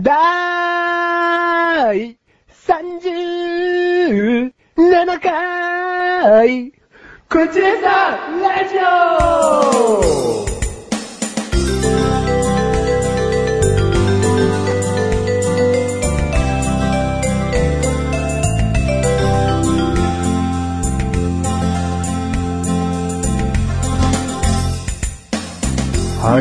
第37回、こちらさ、ラジオはい。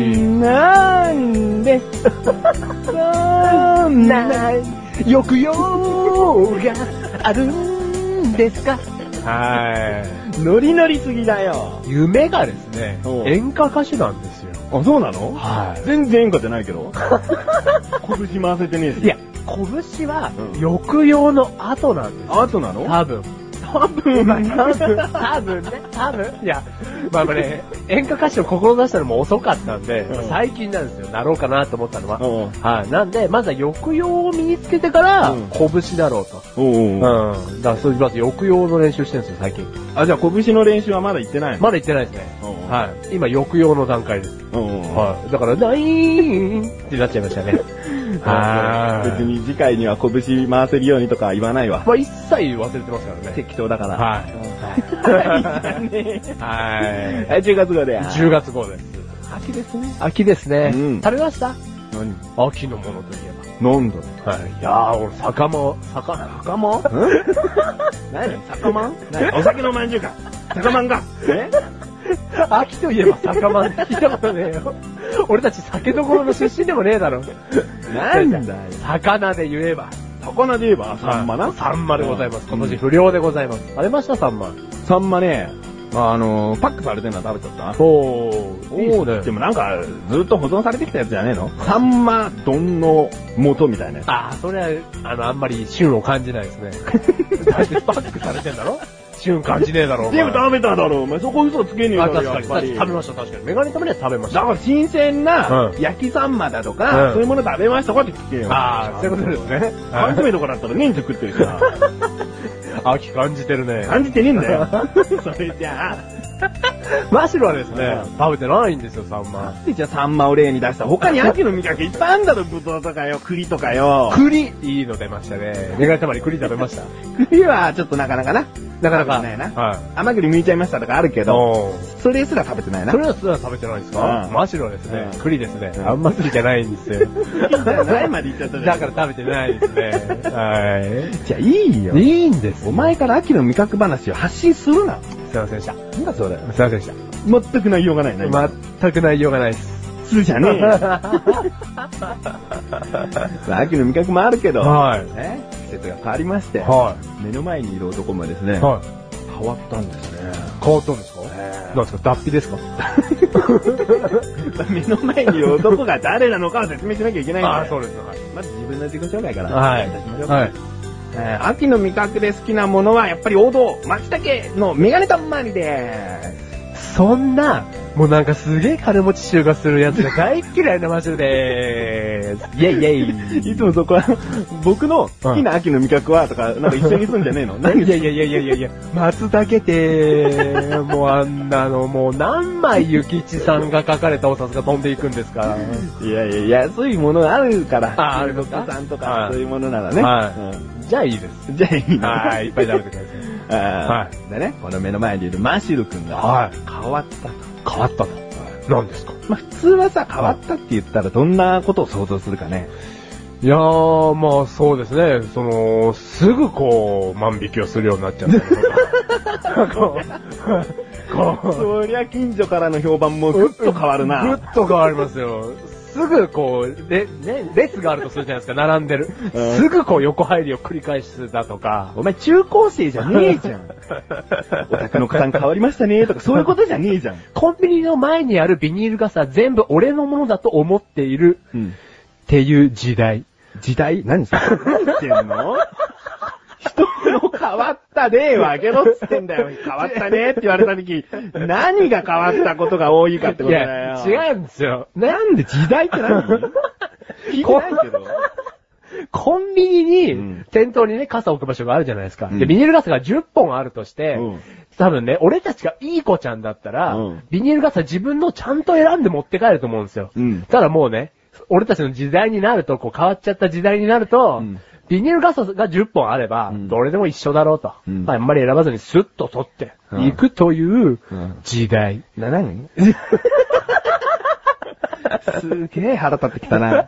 なんでそんな抑揚があるんですか？ はい。ノリノリすぎだよ。 夢がですね、演歌歌手なんですよ。 あ、そうなの？ はい。 全然演歌じゃないけど。拳回せてねえし。 いや、拳は抑揚の後なんですよ。 後なの？ 多分。多分ね。いや、まあね、演歌歌手を志したのも遅かったんで、最近なんですよ。なろうかなと思ったのは。はい。なんで、まずは抑揚を身につけてから、拳だろうと。だからそういう、まず抑揚の練習してるんですよ、最近。 あ、じゃあ拳の練習はまだ行ってないの？ まだ行ってないですね。はい。今、抑揚の段階です。はい。だから、ナイーンってなっちゃいましたね。 別に次回には拳回せるようにとか言わないわ。 まあ、一切忘れてますからね。 適当だから。 はい。 はい。10月号で。 10月号です。 秋ですね。 秋ですね。食べました？ 何？ 秋のものといえば。なんだろう。はい。いやー、俺、酒も何？酒まん？お酒のまんじゅうか。酒まんか。 秋といえば酒まんって聞いたことねえよ。俺たち酒どころの出身でもねえだろ。 なんだよ。 魚で言えば。 魚で言えばサンマな。 サンマでございます。今年不良でございます。食べましたサンマ？ サンマね、パックされてるのは食べちゃった。 おー。 でもなんか、ずっと保存されてきたやつじゃねえの？サンマ丼の素みたいなやつ。 ああ、それは、あんまり旬を感じないですね。だってパックされてんだろ？旬感じねえだろ。 全部食べただろ、お前。そこ嘘つけねえだろ。 確かに。食べました、確かに。メガネためには食べました。 だから新鮮な焼きサンマだとか、そういうもの食べましたかって聞けよ。 ああ、そういうことですね。 缶詰とかだったら年中食ってるしな。 秋感じてるね。 感じてねえんだよ。それじゃあ。 マシロはですね、食べてないんですよ、サンマ。 じゃあサンマを例に出した。他に秋の味覚いっぱいあんだろ、ブドウとかよ、栗とかよ。 栗いいの出ましたね。メガネたまに栗食べました。 栗はちょっとなかなかな。 なかなか。 ないな。甘栗剥いちゃいましたとかあるけど、それすら食べてないな。 それすら食べてないんですか？マシロですね。栗ですね。あんま好きじゃないんですよ。 何まで言っちゃったね。 だから食べてないですね。はい。 じゃあいいよ。 いいんです。 お前から秋の味覚話を発信するな。 すいませんでした。 なんだそれ。 すいませんでした。 全く内容がないね。 全く内容がないです。 すじゃねえよ。秋の味覚もあるけど、季節が変わりまして、目の前にいる男もですね、変わったんですね。 変わったんですか？なんですか？脱皮ですか？ 目の前にいる男が誰なのかを説明しなきゃいけないんで。 そうです。 まず自分の自己紹介から。 はい。 秋の味覚で好きなものはやっぱり王道、松茸のメガネたんまりでーす。そんな、もうなんかすげえ金持ち臭がするやつが大嫌いなマシュルでーす。イェイイェイ。 いつもそこは、僕の好きな秋の味覚はとか、なんか一緒にすんじゃねえの？ いや、松茸ってもうあんなの、もう何枚ゆきちさんが書かれたお札が飛んでいくんですか？ いや、安いものがあるから。 あるのか？ さんとか、そういうものならね。 じゃあいいです。 じゃあいいの？ いっぱい食べてください。 でね、この目の前にいるマシル君が、変わったと。 変わったと。何ですか？ 普通はさ、変わったって言ったらどんなことを想像するかね。 いやー、まあそうですね。すぐこう、万引きをするようになっちゃったりとか。 そりゃ近所からの評判もぐっと変わるな。 ぐっと変わりますよ。すぐこう、列があるとするじゃないですか、並んでる。すぐこう横入りを繰り返すだとか。 お前中高生じゃねえじゃん。お宅の子さん変わりましたねとかそういうことじゃねえじゃん。 コンビニの前にあるビニール傘全部俺のものだと思っているっていう時代。 時代？何それ？何言ってんの？人の変わった例をあげろっつってんだよ。変わったねって言われた時、何が変わったことが多いかってことだよ。 いや、違うんですよ。 なんで時代って何？聞いてないけど。 コンビニに、店頭にね、傘置く場所があるじゃないですか。で、ビニール傘が10本あるとして、多分ね、俺たちがいい子ちゃんだったら、ビニール傘自分のちゃんと選んで持って帰ると思うんですよ。ただもうね、 俺たちの時代になると、こう変わっちゃった時代になると、ビニール傘が10本あれば、どれでも一緒だろうと。あんまり選ばずにスッと取っていくという時代。 何すげえ腹立ってきたな。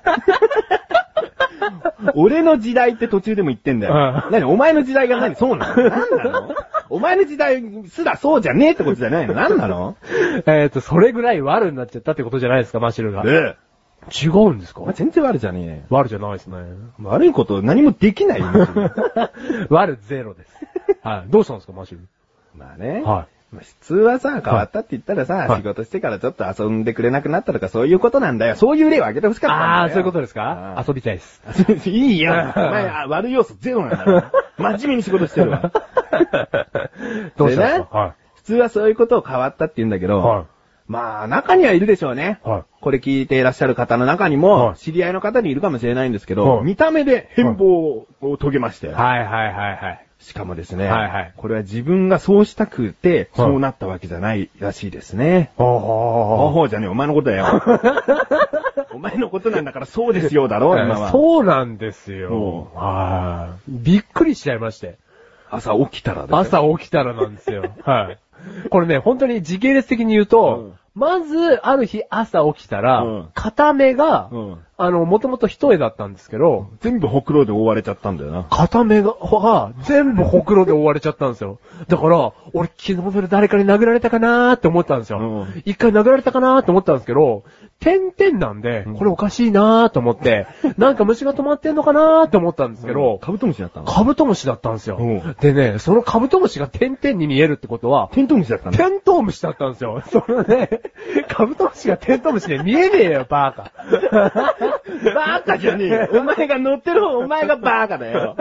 俺の時代って途中でも言ってんだよ。何お前の時代がそうなの何なのお前の時代すらそうじゃねえってことじゃないの何なのそれぐらい悪になっちゃったってことじゃないですか、マシルが。違うんですか？ 全然悪じゃねえ。 悪じゃないですね。 悪いこと何もできないよ。 悪ゼロです。はい。どうしたんですか、マシル？ まあね。 はい。 普通はさ、変わったって言ったらさ、仕事してからちょっと遊んでくれなくなったとかそういうことなんだよ。そういう例を挙げてほしかったんだよ。 ああ、そういうことですか？遊びたいです。 いいよ。お前、悪い要素ゼロなんだよ。真面目に仕事してるわ。 どうしたんですか？ 普通はそういうことを変わったって言うんだけど、まあ、中にはいるでしょうね。これ聞いていらっしゃる方の中にも、知り合いの方にいるかもしれないんですけど、見た目で変貌を遂げましたよ。しかもですね、これは自分がそうしたくて、そうなったわけじゃないらしいですね。じゃねえ、お前のことだよ。お前のことなんだからそうですよだろ、今は。 そうなんですよ。びっくりしちゃいまして。 朝起きたらです。 朝起きたらなんですよ。これね、本当に時系列的に言うと、まず、ある日朝起きたら、片目が、もともと一重だったんですけど、 全部ほくろで覆われちゃったんだよな。 片目が、全部ほくろで覆われちゃったんですよ。だから、俺昨日それ誰かに殴られたかなーって思ったんですよ。一回殴られたかなーって思ったんですけど、点々なんで、これおかしいなーと思って、なんか虫が止まってんのかなーって思ったんですけど、 カブトムシだったの？ カブトムシだったんですよ。でね、そのカブトムシが点々に見えるってことは、 テントウムシだったんだ。 テントウムシだったんですよ。そのね、カブトムシがテントウムシで見えねえよ、バーカ。 バカじゃねえよ。お前が乗ってる方、お前がバカだよ。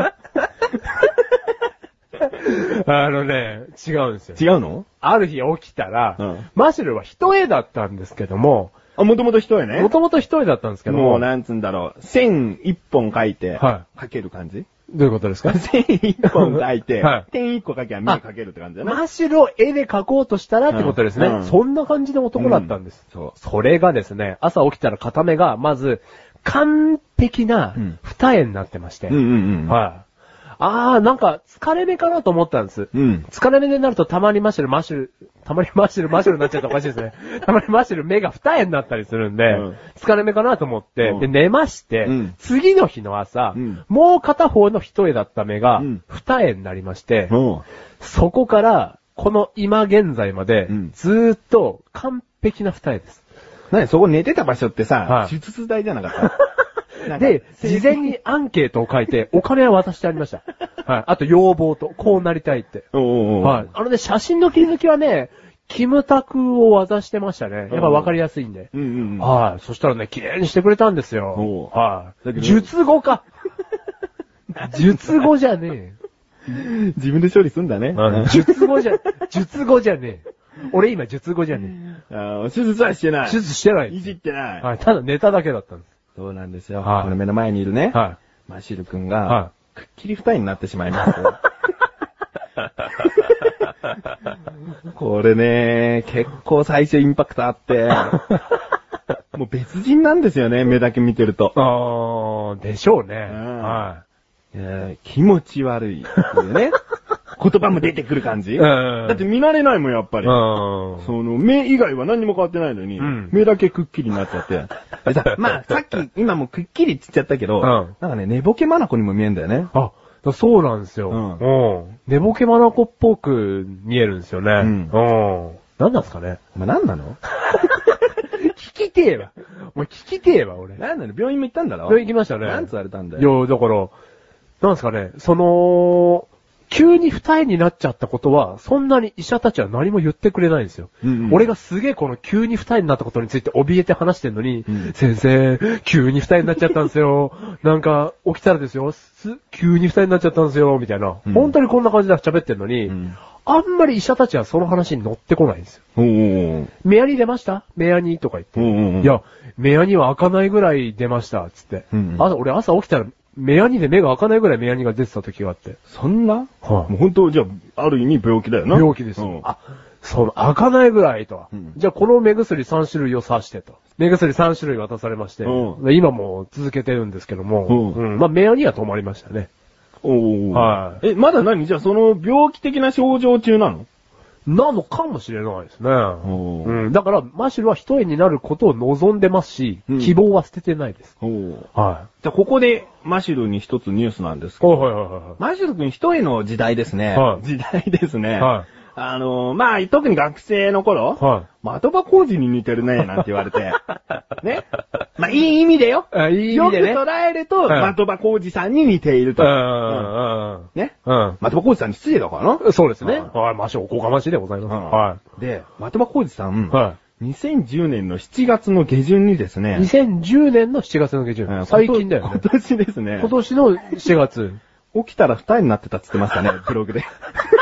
違うんですよ。 違うの？ ある日起きたら、マシュルは一重だったんですけども、 もともと一重ね。 もともと一重だったんですけども、 もうなんつうんだろう、線一本書いて、書ける感じ？ どういうことですか？ 線一本書いて、点一個書けば目書けるって感じだね。 マシュルを絵で描こうとしたらってことですね。そんな感じの男だったんです。それがですね、朝起きたら片目が、まず、完璧な二重になってまして。なんか疲れ目かなと思ったんです。疲れ目になるとたまにマシュルになっちゃったらおかしいですね。たまにマシュル目が二重になったりするんで、疲れ目かなと思って、で、寝まして、次の日の朝、もう片方の一重だった目が二重になりまして、そこから、この今現在まで、ずーっと完璧な二重です。 そこ寝てた場所ってさ、手術台じゃなかったで、事前にアンケートを書いて、お金は渡してありました。あと要望と、こうなりたいって。写真の切り抜きはね、キムタクを渡してましたね。やっぱ分かりやすいんで。そしたらね、綺麗にしてくれたんですよ。術後か。術後じゃねえ。自分で処理すんだね。 術後じゃねえ。俺今術後じゃねえ。手術はしてない。 手術してない。 いじってない。 ただ寝ただけだったんです。 そうなんですよ。これ目の前にいるね。マシル君が、くっきり二重になってしまいます。これね、結構最初インパクトあって、もう別人なんですよね、目だけ見てると。 でしょうね。 気持ち悪いっていうね。言葉も出てくる感じだって見られないもん、やっぱり。目以外は何にも変わってないのに、目だけくっきりになっちゃって。まあ、さっき、今もくっきりって言っちゃったけど、なんかね、寝ぼけまなこにも見えんだよね。 そうなんですよ。寝ぼけまなこっぽく見えるんですよね。何なんすかね。 何なの聞きてえわ。もう聞きてえわ、俺。 何なの？病院も行ったんだろ？ 病院行きましたね。 何つわれたんだよ。 いや、だから、なんすかね、急に二重になっちゃったことは、そんなに医者たちは何も言ってくれないんですよ。俺がすげえこの急に二重になったことについて怯えて話してんのに、先生、急に二重になっちゃったんですよ。なんか、起きたらですよ、急に二重になっちゃったんですよ、みたいな。本当にこんな感じで喋ってんのに、あんまり医者たちはその話に乗ってこないんですよ。目やに出ました？目やにとか言って。いや、目やには開かないぐらい出ました、つって。俺朝起きたら目やにで目が開かないぐらい目やにが出てた時があって。 そんな？ もう本当、じゃあ、ある意味病気だよな。 病気です。開かないぐらいと。じゃあこの目薬3種類を刺してと。目薬3種類渡されまして、今も続けてるんですけども、目やには止まりましたね。 はい。まだ何？じゃあその病気的な症状中なの？ なのかもしれないですね。だから、マシュルは一重になることを望んでますし、希望は捨ててないです。 じゃあ、ここで、マシュルに一つニュースなんですけど、マシュル君一重の時代ですね。時代ですね。特に学生の頃、的場浩二に似てるね、なんて言われて。ね。いい意味でよ。 いい意味でね。 よく捉えると、的場浩二さんに似ていると。ね。的場浩二さんに失礼だからな。 そうですね。マシュルおこがましいでございます。 で、的場浩二さん、2010年の7月の下旬にですね。 2010年の7月の下旬。最近だよね。 今年ですね。 今年の7月。 起きたら二重になってたって言ってましたね、ブログで。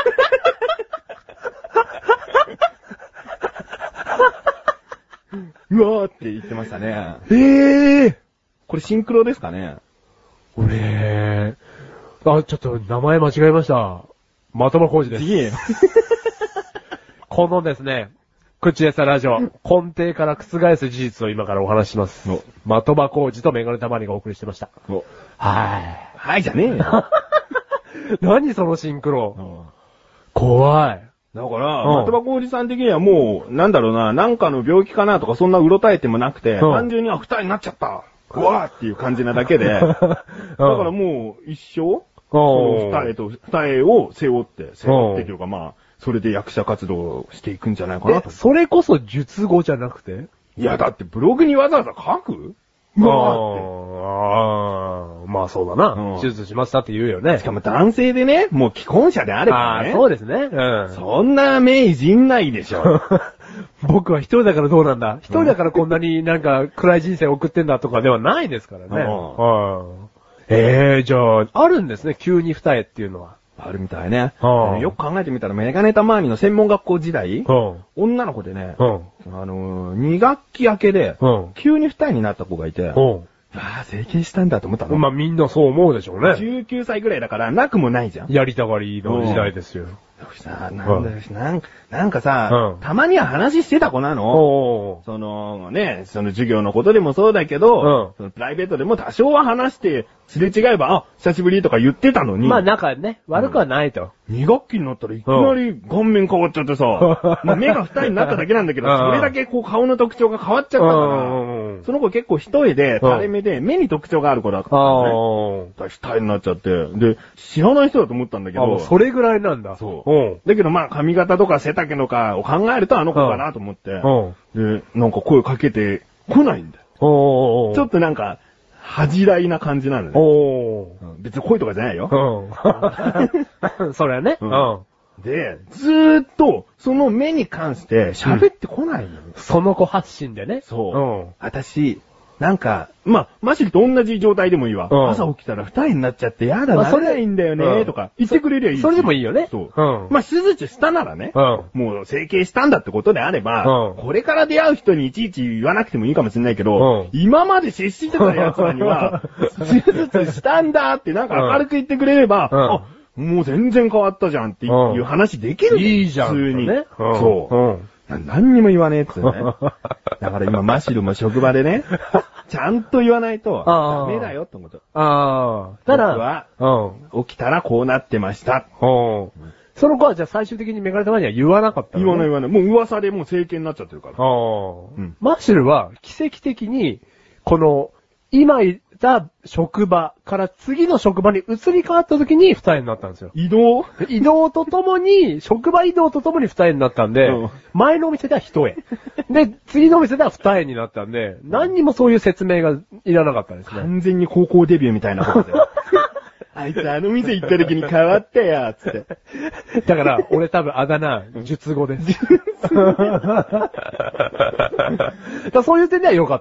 うわーって言ってましたね。これシンクロですかね？ ちょっと名前間違えました。的場浩二です。このですね、口エサラジオ、根底から覆す事実を今からお話しします。的場浩二とメガネたまりがお送りしてました。 はいじゃねえよ。 何そのシンクロ。怖い。 だから、的場浩二さん的にはもう、なんだろうな、なんかの病気かなとかそんなうろたえてもなくて、単純には二重になっちゃった。うわーっていう感じなだけで、だからもう一生、二重を背負ってというかそれで役者活動をしていくんじゃないかなと。 それこそ術後じゃなくて？ いや、だってブログにわざわざ書く？ そうだな。手術しましたって言うよね。 しかも男性でね、もう既婚者であればね。 そうですね。 そんな目いじんないでしょ。 僕は一人だからどうなんだ。一人だからこんなになんか暗い人生送ってんだとかではないですからね。じゃあ、あるんですね、急に二重っていうのは。 あるみたいね。よく考えてみたら、メガネたまわりの専門学校時代、女の子でね、2学期明けで、急に二重になった子がいて、整形したんだと思ったの。 みんなそう思うでしょうね。 19歳ぐらいだから、なくもないじゃん。 やりたがりの時代ですよ。 なんかさ、たまには話してた子なの。その授業のことでもそうだけど、プライベートでも多少は話して、すれ違えば、久しぶりとか言ってたのに。 仲ね、悪くはないと。 2学期になったらいきなり顔面変わっちゃってさ、目が二重になっただけなんだけど、それだけ顔の特徴が変わっちゃったから、その子結構一重で、垂れ目で、目に特徴がある子だったのね。二重になっちゃって、で、知らない人だと思ったんだけど。 それぐらいなんだ。 そう。だけど髪型とか背丈とかを考えるとあの子かなと思って。で、なんか声かけて来ないんだよ。ちょっとなんか、恥じらいな感じなのね。別に恋とかじゃないよ。 それはね。 で、ずーっと、その目に関して喋ってこないの。 その子発信でね。 そう。私、なんか、マシルと同じ状態でもいいわ。朝起きたら二重になっちゃってやだな。それはいいんだよね、とか言ってくれりゃいいし。 それでもいいよね。 そう。手術したならね、もう整形したんだってことであれば、これから出会う人にいちいち言わなくてもいいかもしれないけど、今まで接してた奴らには、手術したんだってなんか明るく言ってくれれば、もう全然変わったじゃんっていう話できる。 いいじゃん。 普通に。そう。何にも言わねえっつうね。だから今マシルも職場でね、ちゃんと言わないと、ダメだよってこと。ただ、起きたらこうなってました。 その子はじゃあ最終的にメガネたまには言わなかったの？ 言わない。もう噂でもう整形になっちゃってるから。 マシルは奇跡的に、この、今いた職場から次の職場に移り変わった時に二重になったんですよ。移動とともに、職場移動とともに二重になったんで、前のお店では一重。で、次のお店では二重になったんで、何にもそういう説明がいらなかったですね。 完全に高校デビューみたいなことで。あいつあの店行った時に変わったよ、つって。 だから、俺多分あだ名、術後です。そういう点では良かったです。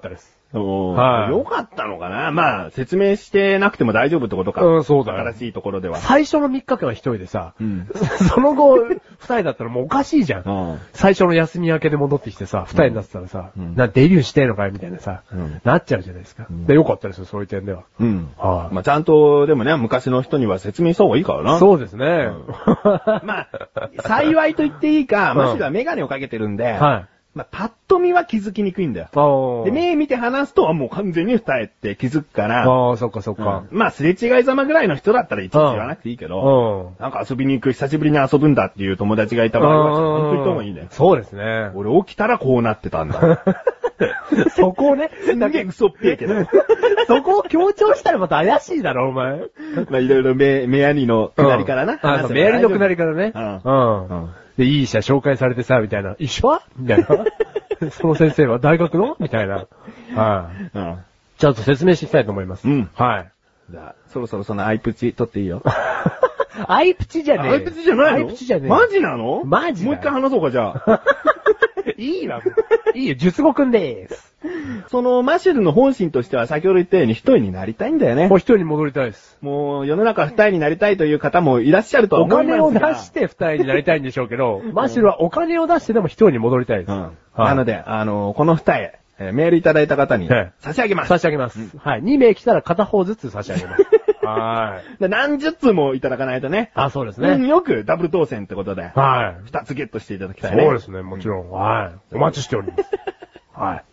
はい。よかったのかな。まあ、説明してなくても大丈夫ってことか。 うん、そうだよ。 新しいところでは。 最初の3日間は一人でさ、その後、二人だったらもうおかしいじゃん。最初の休み明けで戻ってきてさ、二人になってたらさ、デビューしてんのかよみたいなさ、なっちゃうじゃないですか。で、よかったですよ、そういう点では。 まあ、ちゃんと、でもね、昔の人には説明した方がいいからな。 そうですね。 まあ、幸いと言っていいか、むしろメガネをかけてるんで、まあ、パッと見は気づきにくいんだよ。で、目見て話すと、もう完全に二重って気づくから。 そっかそっか。 まあ、すれ違いざまぐらいの人だったらいちいち言わなくていいけど、なんか遊びに行く、久しぶりに遊ぶんだっていう友達がいた場合は、ちゃんと言った方がいいね。 そうですね。 俺起きたらこうなってたんだ。 そこをね、 すんげえ嘘っぺえけど。 そこを強調したらまた怪しいだろ、お前。 まあ、いろいろメアリの下りからな。 メアリの下りからね。で、いい医者紹介されてさ、みたいな。医者みたいな。その先生は大学のみたいな。ちゃんと説明していきたいと思います。はい。 じゃあ、そろそろそのアイプチ取っていいよ。 アイプチじゃねえ。 アイプチじゃないの？ アイプチじゃねえ。 マジなの？ マジもう一回話そうか、じゃあ。 いいわ。いいよ、術後くんでーす。 その、マシュルの本心としては先ほど言ったように一人になりたいんだよね。 もう一人に戻りたいです。 もう、世の中二人になりたいという方もいらっしゃるとは思いますが。 お金を出して二人になりたいんでしょうけど、マシュルはお金を出してでも一人に戻りたいです。 なので、この二重、メールいただいた方に差し上げます。 差し上げます。はい。2名来たら片方ずつ差し上げます。はい。 何十通もいただかないとね。 そうですね。 よくダブル当選ってことで。 はい。 二つゲットしていただきたいね。 そうですね、もちろん。はい。お待ちしております。はい。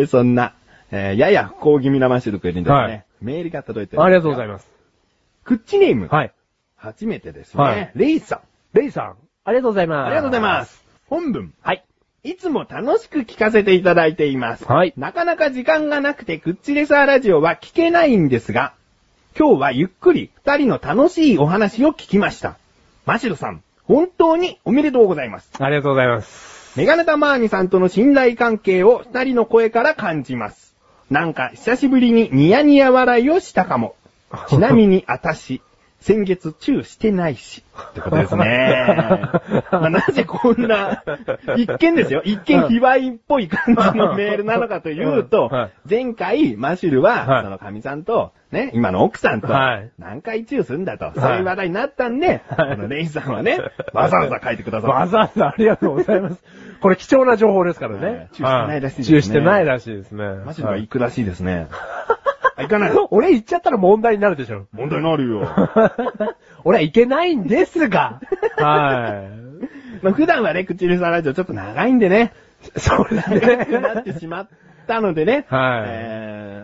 そんな、やや不幸気味なマシュル君にですね、メールが届いてる。 ありがとうございます。 クッチネーム。 はい。 初めてですね。レイさん。 レイさん。ありがとうございます。 ありがとうございます。本文。 はい。 いつも楽しく聞かせていただいています。 はい。 なかなか時間がなくてクッチレサーラジオは聞けないんですが、今日はゆっくり二人の楽しいお話を聞きました。マシルさん、本当におめでとうございます。 ありがとうございます。 メガネタマーニさんとの信頼関係を二人の声から感じます。なんか久しぶりにニヤニヤ笑いをしたかも。ちなみに私、先月チューしてないし。ってことですね。なぜこんな、一見ですよ。一見卑猥っぽい感じのメールなのかというと、前回マシュルは、その神さんと、ね、今の奥さんと、何回チューするんだと、そういう話題になったんで、このレイさんはね、わざわざ書いてくださった。 わざわざありがとうございます。これ貴重な情報ですからね。 チューしてないらしいですね。 チューしてないらしいですね。 マシュルは行くらしいですね。行かない。 俺行っちゃったら問題になるでしょ。 問題になるよ。 俺は行けないんですが。はい。 まあ、普段はね、口レサラジオちょっと長いんでね。 そうですね。 なってしまったのでね。 はい。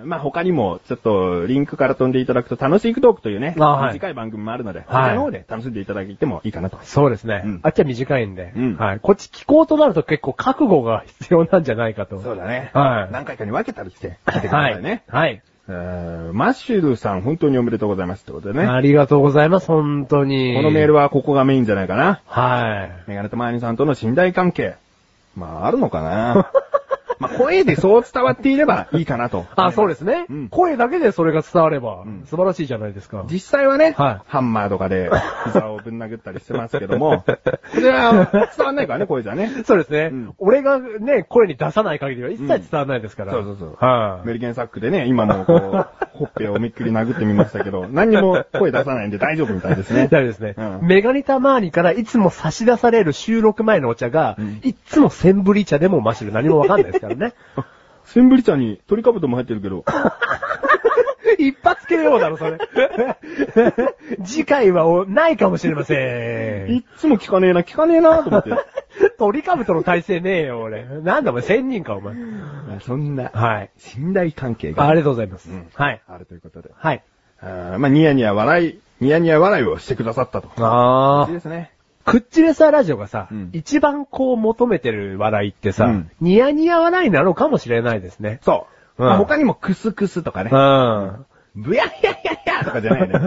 まあ、他にもちょっとリンクから飛んでいただくと楽しいトークというね、短い番組もあるので、そちらの方で楽しんでいただいてもいいかなと。 そうですね。あっちは短いんで。はい。こっち聞こうとなると結構覚悟が必要なんじゃないかと。 そうだね。 はい。 何回かに分けたりして聞いてくださいね。 はい。 マッシュルさん本当におめでとうございますってことでね。 ありがとうございます、本当に。 このメールはここがメインじゃないかな。 はい。 メガネとマーニさんとの信頼関係。まあ、あるのかな。まあ、声でそう伝わっていればいいかなと。 そうですね。声だけでそれが伝われば、素晴らしいじゃないですか。 実際はね、ハンマーとかで膝をぶん殴ったりしてますけども、これは伝わんないからね、声じゃね。 そうですね。俺がね、声に出さない限りは一切伝わらないですから。 そうそうそう。メリケンサックでね、今もこう、ほっぺをめっくり殴ってみましたけど、何にも声出さないんで大丈夫みたいですね。 大丈夫ですね。メガネタマーニからいつも差し出される収録前のお茶が、いつもセンブリ茶でもマシル何もわかんないですからね。 センブリ茶に鳥かぶとも入ってるけど。 一発系ようだろ、それ。次回はないかもしれません。 いっつも聞かねえなと思って。 鳥かぶとの体勢ねえよ、俺。なんだお前、1000人か、お前。 そんな、信頼関係が。 ありがとうございます。はい。 あるということで。 はい。 まあ、ニヤニヤ笑いをしてくださったと。いいですね。 クッチレサーラジオがさ、一番こう求めてる笑いってさ、ニヤニヤ笑いなのかもしれないですね。 そう。他にもクスクスとかね。ブヤヒヤヒヤヒヤとかじゃないね。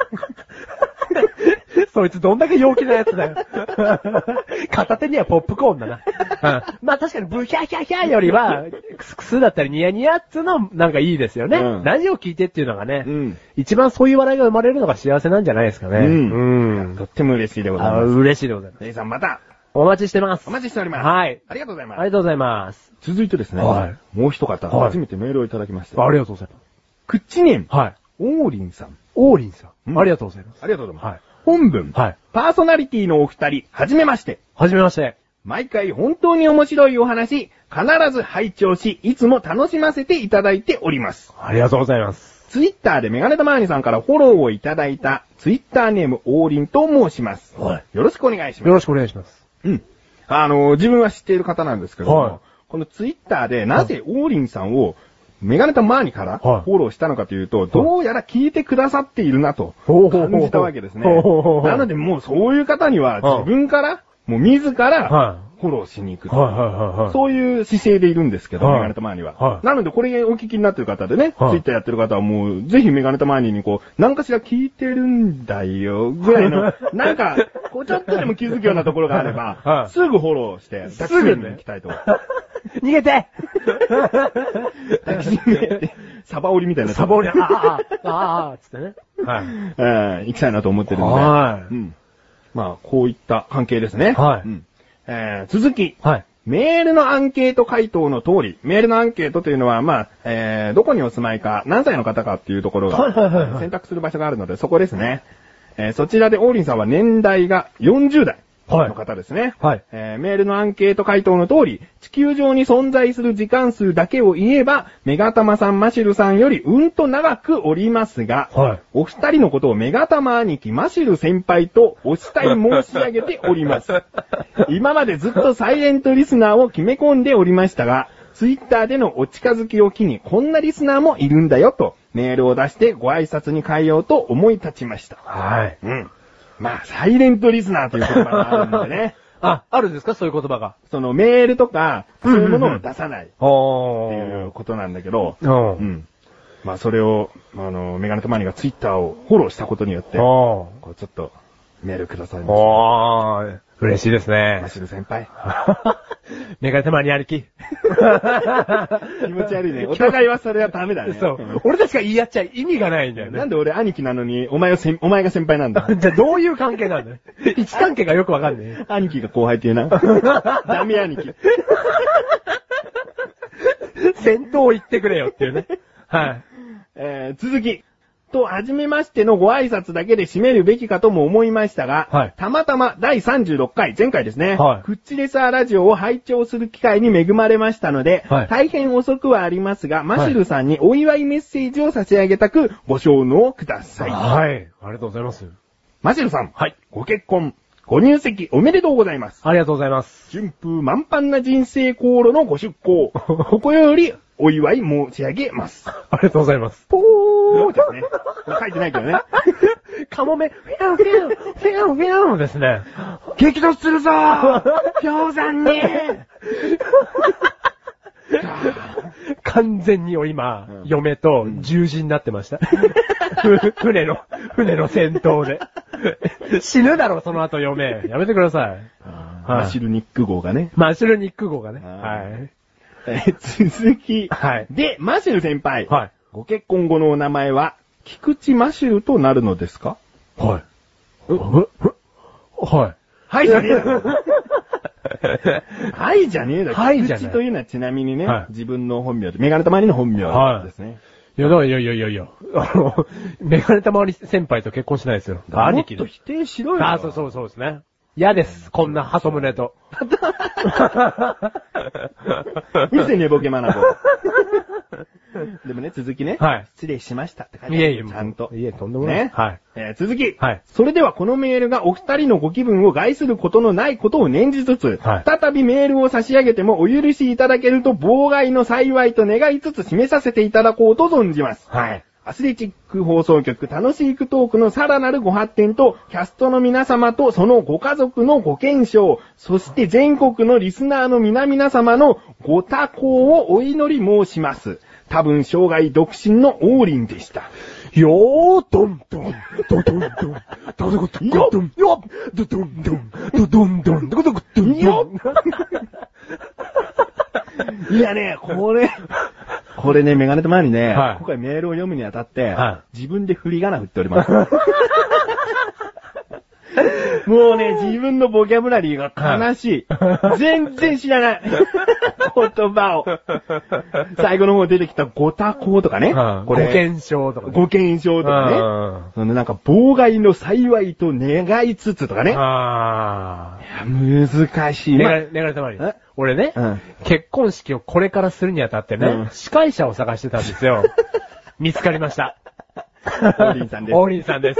そいつどんだけ陽気なやつだよ。片手にはポップコーンだな。まあ確かにブヒャヒャヒャよりは、クスクスだったりニヤニヤっつうのなんかいいですよね。ラジオ聞いてっていうのがね、一番そういう笑いが生まれるのが幸せなんじゃないですかね。 とっても嬉しいでございます。 嬉しいでございます。 レイさんまた、 お待ちしてます。 お待ちしております。 はい。 ありがとうございます。 ありがとうございます。 続いてですね。はい。もう一方、初めてメールをいただきました。 ありがとうございます。 クッチネーム。 はい。 オーリンさん。 オーリンさん。ありがとうございます。 ありがとうございます。 はい。 本文。 はい。 パーソナリティのお二人、はじめまして。 はじめまして。 毎回本当に面白いお話、必ず拝聴し、いつも楽しませていただいております。 ありがとうございます。 ツイッターでメガネタマーニさんからフォローをいただいた、ツイッターネームオーリンと申します。 はい。 よろしくお願いします。 よろしくお願いします。 うん。自分は知っている方なんですけども、はい、このツイッターでなぜオーリンさんをメガネタマーニからフォローしたのかというと、はい、どうやら聞いてくださっているなと感じたわけですね。なのでもうそういう方には自分から、もう自ら、フォローしに行くと。そういう姿勢でいるんですけど、メガネタマーニは。なのでこれお聞きになってる方でね、ツイッターやってる方はもう、ぜひメガネタマーニに何かしら聞いてるんだよ、ぐらいの、なんか、ちょっとでも気づくようなところがあれば、すぐフォローして、 すぐに行きたいと。 逃げて抱きしめて、サバ折りみたいな。 サバ折り、つってね。 はい。行きたいなと思ってるので。はい。うん。まあ、こういった関係ですね。はい。続き。はい。メールのアンケート回答の通り、メールのアンケートというのは、まあ、どこにお住まいか、何歳の方かっていうところが、選択する場所があるので、そこですね。そちらでオーリンさんは年代が40代。の方ですね。はい。メールのアンケート回答の通り、地球上に存在する時間数だけを言えば、メガタマさん、マシルさんよりと長くおりますが、はい。お二人のことをメガタマ兄貴、マシル先輩とお慕い申し上げております。今までずっとサイレントリスナーを決め込んでおりましたが、ツイッターでのお近づきを機にこんなリスナーもいるんだよと、メールを出してご挨拶に変えようと思い立ちました。はい。うん。まあ、サイレントリスナーという言葉があるんでね。 あるんですかそういう言葉が。 そのメールとか、そういうものを出さない。っていうことなんだけど、うん。まあ、それを、メガネタマニがツイッターをフォローしたことによって、ちょっと、メールくださいました。 嬉しいですね。 マシル先輩。 メガネタマニ歩き。 気持ち悪いね。お互いはそれはダメだね。 そう。俺たちが言い合っちゃ意味がないんだよね。 なんで俺兄貴なのに、お前が先輩なんだ。 じゃあどういう関係なんだよ。位置関係がよくわかんねえ。 兄貴が後輩って言うな。ダメ兄貴。 先頭行ってくれよっていうね。はい。 続き。初めましてのご挨拶だけで締めるべきかとも思いましたが、はい、たまたま第36回、前回ですね、はい、クッチレサーラジオを拝聴する機会に恵まれましたので、はい、大変遅くはありますが、マシルさんにお祝いメッセージを差し上げたくご承納ください。 はい。ありがとうございます。 マシルさん、はい、ご結婚、ご入籍おめでとうございます。 ありがとうございます。 順風満帆な人生航路のご出航。ここよりお祝い申し上げます。 ありがとうございます。 ぽーですね。書いてないけどね。 カモメ、フィャンフィャン、フィャンフィャンですね。激突するぞー氷山に完全に今、嫁と十字になってました。船の戦闘で。死ぬだろ、その後嫁。やめてください。 マシルニック号がね。 マシルニック号がね。はい。 続き。はい。で、マシル先輩。はい。ご結婚後のお名前は、菊池マシルとなるのですか？ はい。はい。 はいじゃねえだろ。はいじゃねえだろ。 はいじゃねえ。 菊池というのはちなみにね、はい、自分の本名で、メガネたまわりの本名ですね。 いや、メガネたまわり先輩と結婚しないですよ。 兄貴で。もっと否定しろよ。 そうですね。嫌です。こんなハソ胸と。 見せ寝ぼけまなぼ。でもね、続きね。はい。失礼しましたって書いてある。 いえ、 ちゃんと。 いえ、とんでもない。ね。 はい。続き。はい。それではこのメールがお二人のご気分を害することのないことを念じつつ、はい。再びメールを差し上げてもお許しいただけると妨害の幸いと願いつつ締めさせていただこうと存じます。はい。アスレチック放送局楽しいクトークのさらなるご発展と、キャストの皆様とそのご家族のご健勝、そして全国のリスナーの皆様のご多幸をお祈り申します。多分生涯独身の王林でした。 よー、ドンドン、ドドンドン、ドドコトン、よっ、よっ、ドドンドン、ドドンドン、ドドコトン、よっ。 いやね、これね、メガネと前にね、はい、今回メールを読むにあたって、はい、自分で振り仮名振っております。 もうね、自分のボキャブラリーが悲しい。全然知らない。言葉を。最後の方出てきたご多幸とかね。 これ。ご健勝とかね。 ご健勝とかね。なんか、妨害の幸いと願いつつとかね。難しい。 願いたまり。俺ね、結婚式をこれからするにあたってね、司会者を探してたんですよ。見つかりました。 オーリンさんです。 オーリンさんです。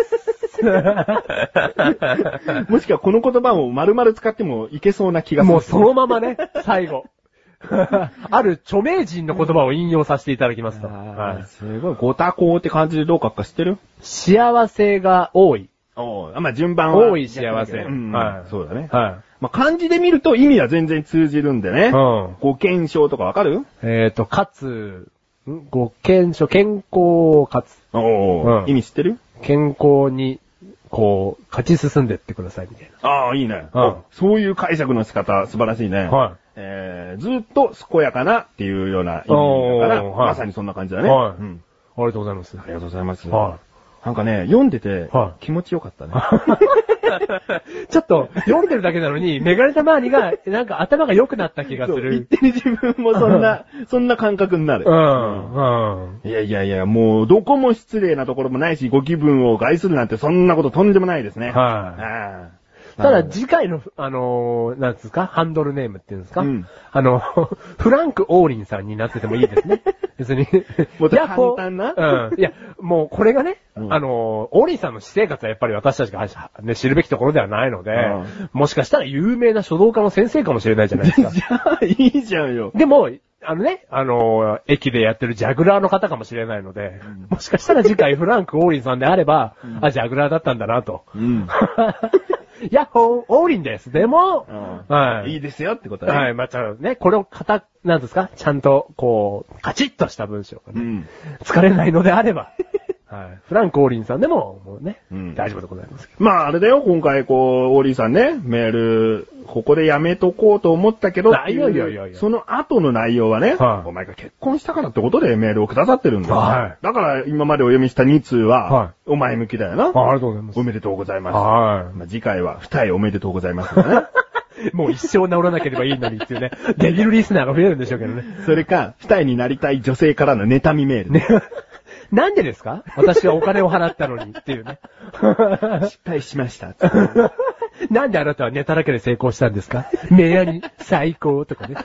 もしくはこの言葉を丸々使ってもいけそうな気がする。 もうそのままね、最後。ある著名人の言葉を引用させていただきますと。 すごい、ご多幸って感じでどう書くか知ってる？ 幸せが多い。 まあ、順番は。 多い幸せ。 そうだね。まあ、漢字で見ると意味は全然通じるんでね。ご健勝とかわかる？ かつ、ご健勝、健康かつ。 意味知ってる？ 健康に、こう、勝ち進んでってくださいみたいな。いいね。そういう解釈の仕方、素晴らしいね。ずっと健やかなっていうような意味だから、まさにそんな感じだね。 ありがとうございます。 ありがとうございます。なんかね、読んでて気持ちよかったね。 ちょっと、読んでるだけなのに、メガネたまわりが、なんか頭が良くなった気がする。 言ってる自分もそんな感覚になる。いや、もう、どこも失礼なところもないし、ご気分を害するなんてそんなこととんでもないですね。 ただ次回の、なんですか、ハンドルネームっていうんですか、フランク・オーリンさんになっててもいいですね。別に。 もっと簡単な？ いや、もうこれがね、オーリンさんの私生活はやっぱり私たちが、ね、知るべきところではないので、もしかしたら有名な書道家の先生かもしれないじゃないですか。 じゃあ、いいじゃんよ。 でも、駅でやってるジャグラーの方かもしれないので、もしかしたら次回フランク・オーリンさんであれば、ジャグラーだったんだなと。ヤッホー、オーリンです。でも、 いいですよってことね。 はい、まあ、ね、これをなんですか、ちゃんと、こう、カチッとした文章がね、疲れないのであれば、フランク・オーリンさんでも、もうね、大丈夫でございますけど。 まあ、あれだよ、今回、オーリンさんね、メール、ここでやめとこうと思ったけど、その後の内容はね、お前が結婚したからってことでメールをくださってるんだよ。だから、今までお読みした2通は、お前向きだよな。 ありがとうございます。 おめでとうございます。まあ、次回は、二重おめでとうございますね。 もう一生治らなければいいのにっていうね、デビルリスナーが増えるんでしょうけどね。 それか、二重になりたい女性からの妬みメールね。 なんでですか？私はお金を払ったのにっていうね。 失敗しました。 なんであなたはネタだけで成功したんですか？メヤに最高とかね。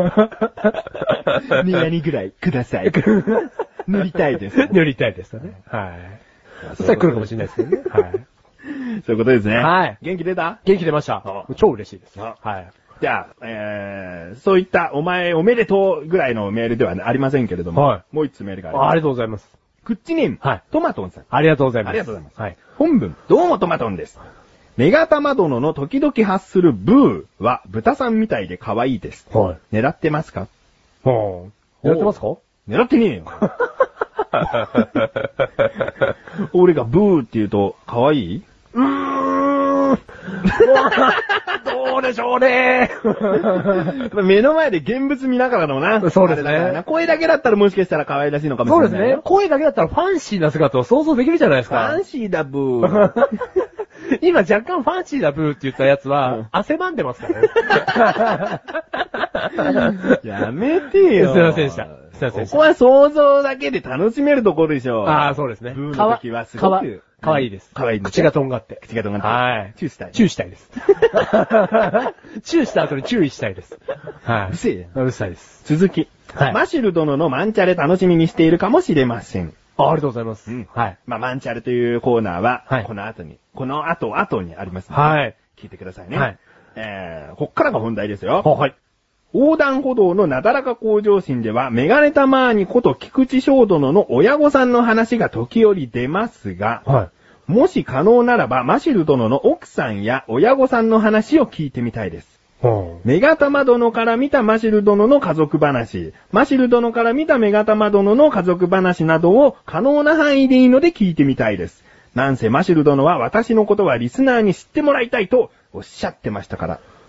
メヤにぐらいください。塗りたいです。 塗りたいですよね。そしたら来るかもしれないですけどね。 そういうことですね。元気出た？ 元気出ました。超嬉しいです。 じゃあ、そういったお前おめでとうぐらいのメールではありませんけれども、もう一つメールがあります。 ありがとうございます。 クッチネーム、トマトンさん。 ありがとうございます。 ありがとうございます。本文、どうもトマトンです。メガタマ殿の時々発するブーは豚さんみたいで可愛いです。狙ってますか？ 狙ってますか？ 狙ってねえよ。俺がブーって言うと可愛い？ どうでしょうね。 目の前で現物見ながらのな。 そうですね。 声だけだったらもしかしたら可愛らしいのかもしれない。 そうですね。声だけだったらファンシーな姿を想像できるじゃないですか。 ファンシーだブー。 今若干ファンシーだブーって言ったやつは、汗ばんでますからね。やめてよ。 すいませんでした。 ここは想像だけで楽しめるところでしょ。 そうですね。 ブーの時はすごく。 かわいいです。 かわいい。 口がとんがって。 口がとんがって。 チューしたい。チューしたいです。チューした後に注意したいです。 うるせえ。 うるさいです。 続き。マシル殿のマンチャレ楽しみにしているかもしれません。 ありがとうございます。 まあ、マンチャレというコーナーは、この後にありますので、聞いてくださいね。こっからが本題ですよ。横断歩道のなだらか向上心では、メガネタマーニこと菊池翔殿の親御さんの話が時折出ますが、もし可能ならば、マシル殿の奥さんや親御さんの話を聞いてみたいです。メガタマ殿から見たマシル殿の家族話、マシル殿から見たメガタマ殿の家族話などを可能な範囲でいいので聞いてみたいです。なんせマシル殿は私のことはリスナーに知ってもらいたいとおっしゃってましたから。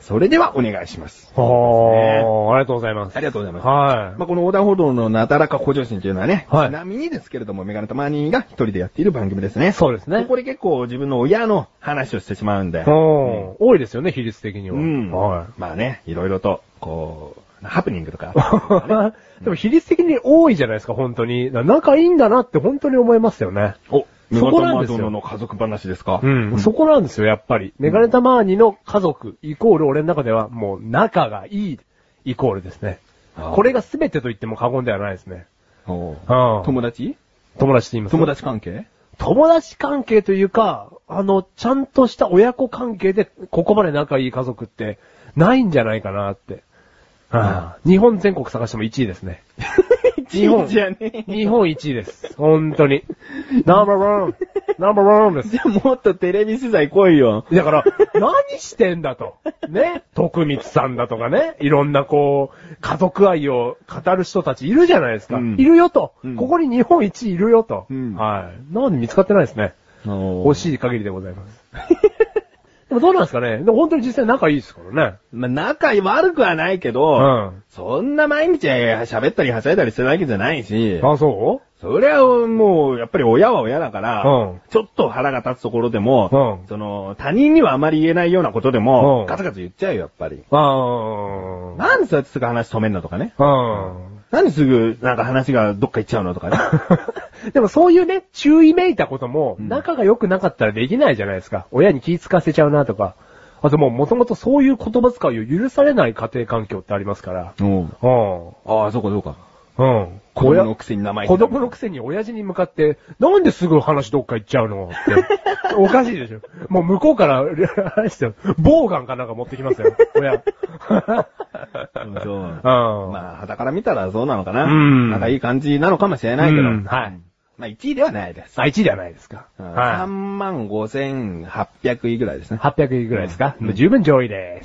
それではお願いします。 ありがとうございます。 ありがとうございます。 はい。 まあ、この横断歩道のなだらか向上心というのはね、 はい。 ちなみにですけれども、メガネたまにが一人でやっている番組ですね。 そうですね。 これ結構自分の親の話をしてしまうんで。 多いですよね、比率的には。 はい。まあね、いろいろと、こう、ハプニングとか、 ね。でも比率的に多いじゃないですか、本当に。仲いいんだなって本当に思いますよね。 そこなんですよ。メガネたま殿の家族話ですか？ そこなんですよ、やっぱり。メガネたまーにの家族、イコール俺の中ではもう仲がいい、イコールですね。これが全てと言っても過言ではないですね。 友達って言います。 友達関係友達関係というか、ちゃんとした親子関係でここまで仲いい家族ってないんじゃないかなって。日本全国探しても1位ですね。 日本じゃね日本1位です。本当に。ナンバーワンです。 じゃあもっとテレビ取材来いよ。 だから、何してんだと。ね。徳光さんだとかね。いろんな家族愛を語る人たちいるじゃないですか。いるよと。ここに日本1位いるよと。はい。なんで見つかってないですね。欲しい限りでございます。でもどうなんですかね。でも本当に実際仲いいですからね。 まあ、仲悪くはないけど、そんな毎日喋ったりはしゃいだりするわけじゃないし。 あ、そう？ それはもう、やっぱり親は親だから、ちょっと腹が立つところでも、他人にはあまり言えないようなことでも、ガツガツ言っちゃうよ、やっぱり。なんでそうやってすぐ話止めんのとかね。なんですぐ、なんか話がどっか行っちゃうのとかね。 でもそういうね、注意めいたことも、仲が良くなかったらできないじゃないですか。親に気使わせちゃうなとか。あともともとそういう言葉遣いを許されない家庭環境ってありますから。 ああ、そうか。子供のくせに名前子供のくせに親父に向かって、なんですぐ話どっか行っちゃうのって。おかしいでしょ。もう向こうから、あれですよ、ボウガンかなんか持ってきますよ、親。 そう。まあ、肌から見たらそうなのかな。なんかいい感じなのかもしれないけど。はい。まあ、1位ではないです。 1位ではないですか。 35,800位ぐらいですね。 800位ぐらいですか？十分上位です。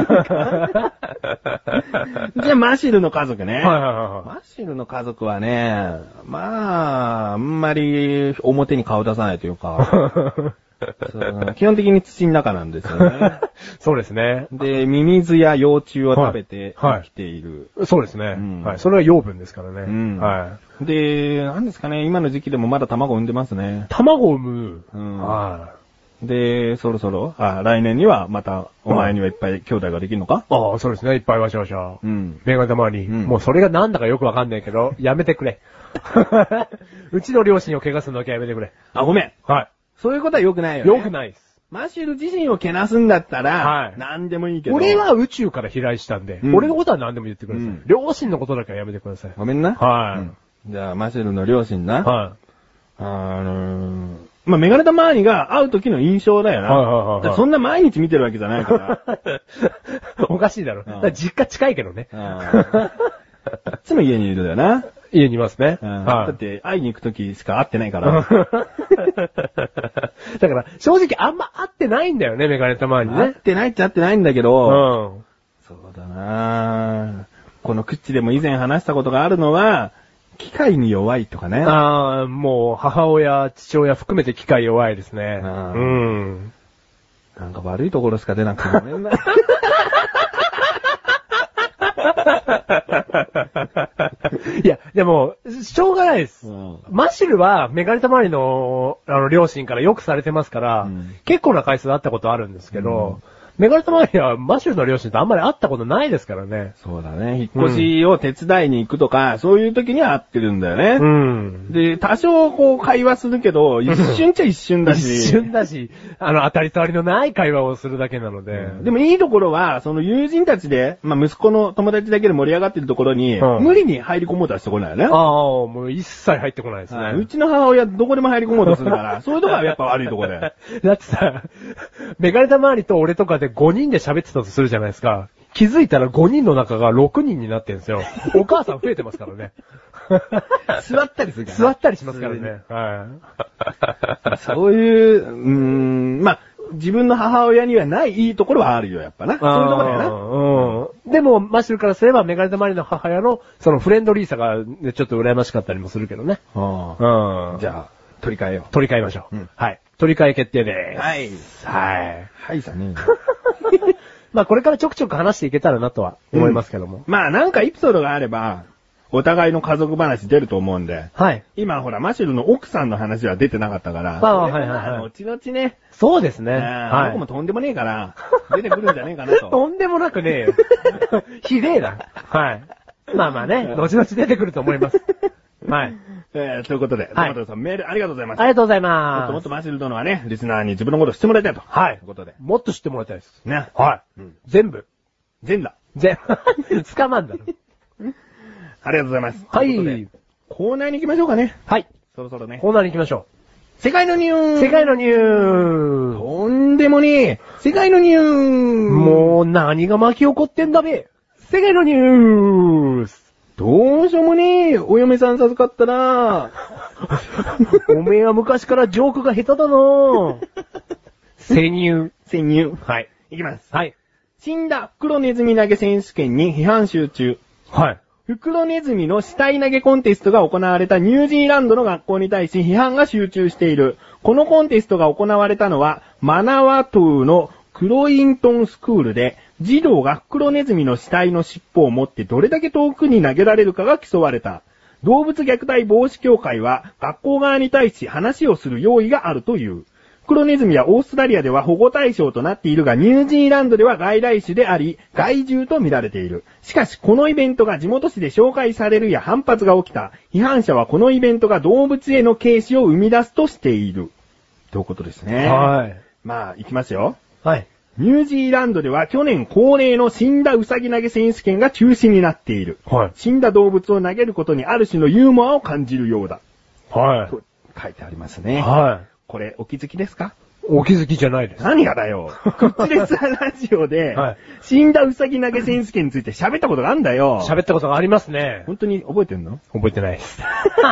じゃあ、マシルの家族ね。 マシルの家族はね、まあ、あんまり表に顔出さないというか、基本的に土の中なんですよね。 そうですね。 で、ミミズや幼虫を食べて生きている。 そうですね。それは養分ですからね。 で、なんですかね、今の時期でもまだ卵産んでますね。 卵を産む。で、そろそろ、来年にはまた、お前にはいっぱい兄弟ができるのか？ そうですね。いっぱいわしゃわしゃ。メガネたまに。もうそれがなんだかよくわかんないけど、やめてくれ。うちの両親を怪我するのだけやめてくれ。 ごめん。 はい。 そういうことは良くないよね。 良くないです。 マシュル自身をけなすんだったら、何でもいいけど。 俺は宇宙から飛来したんで、俺のことは何でも言ってください。両親のことだけはやめてください。 ごめんな。 はい。 じゃあ、マシュルの両親な。まあ、メガネたまーにが会う時の印象だよな。そんな毎日見てるわけじゃないから。 おかしいだろ。実家近いけどね。 いつも家にいるだよな。 家にいますね。 だって会いに行く時しか会ってないから。 だから、正直あんま会ってないんだよね、メガネたまーにね。 会ってないっちゃ会ってないんだけど、そうだなこのクッチでも以前話したことがあるのは、機械に弱いとかね。 もう母親、父親含めて機械弱いですね。 なんか悪いところしか出なくてごめんな。 いや、でも、しょうがないです。マシルはメガネたまわりの、両親からよくされてますから、結構な回数会ったことあるんですけど、メガネたまわりはマシュルの両親とあんまり会ったことないですからね。 そうだね。引っ越しを手伝いに行くとか、そういう時には会ってるんだよね。で、多少会話するけど、一瞬っちゃ一瞬だし。 一瞬だし、当たり障りのない会話をするだけなので。 でもいいところは、その友人たちで、息子の友達だけで盛り上がってるところに、無理に入り込もうとはしてこないよね。 もう一切入ってこないですね。 うちの母親どこでも入り込もうとするから、そういうところはやっぱ悪いところで。 だってさ、メガネたまわりと俺とかで5人で喋ってたとするじゃないですか。気づいたら5人の中が6人になってるんですよ。お母さん増えてますからね。 座ったりするから、 ね。座ったりしますからね。 そういう、自分の母親にはないいいところはあるよ、やっぱな。そういうところだよな。でも、マシュルからすれば、メガネたまわりの母親の、そのフレンドリーさが、ちょっと羨ましかったりもするけどね。 じゃあ、取り替えよう。 取り替えましょう。はい。取り替え決定でーす。 はい。 はい。 はい、さね。 まあこれからちょくちょく話していけたらなとは思いますけども。 まあなんかエピソードがあれば、お互いの家族話出ると思うんで。 はい。 今ほら、マシュルの奥さんの話は出てなかったから。 はいはいはい。 後々ね。 そうですね。 はい。僕もとんでもねえから、出てくるんじゃねえかなと。 とんでもなくねえよ。ひでえな。はい。まあまあね、後々出てくると思います。はい。 ということで、トマトさんメールありがとうございます。 ありがとうございます。 もっとマシル殿はね、リスナーに自分のことを知ってもらいたいと。 はい。 ということで。 もっと知ってもらいたいです。 ね。 はい。全部。 全だ。 捕まんだろ。 ありがとうございます。 はい。 コーナーに行きましょうかね。 はい。 そろそろね。 コーナーに行きましょう。世界のニュース。 世界のニュース。 とんでもねえ。世界のニュース。 もう何が巻き起こってんだべ。世界のニュース。 どうしようもねえ。お嫁さん授かったなおめえは昔からジョークが下手だな潜入。 はい。いきます。 はい。 死んだ袋ネズミ投げ選手権に批判集中。 はい。 袋ネズミの死体投げコンテストが行われたニュージーランドの学校に対し批判が集中している。このコンテストが行われたのは、マナワトゥのクロイントンスクールで、児童が袋ネズミの死体の尻尾を持ってどれだけ遠くに投げられるかが競われた。動物虐待防止協会は学校側に対し話をする用意があるという。袋ネズミはオーストラリアでは保護対象となっているが、ニュージーランドでは外来種であり、害獣と見られている。しかし、このイベントが地元紙で紹介されるや反発が起きた。批判者はこのイベントが動物への軽視を生み出すとしている。ということですね。 はい。 まあ、いきますよ。 はい。 ニュージーランドでは去年恒例の死んだウサギ投げ選手権が中止になっている。 はい。 死んだ動物を投げることにある種のユーモアを感じるようだ。 はい。 と書いてありますね。 はい。 これ、お気づきですか？ お気づきじゃないです。 何がだよ。クッチレスラジオで、はい、死んだウサギ投げ選手権について喋ったことがあるんだよ。 喋ったことがありますね。 本当に覚えてんの？ 覚えてないです。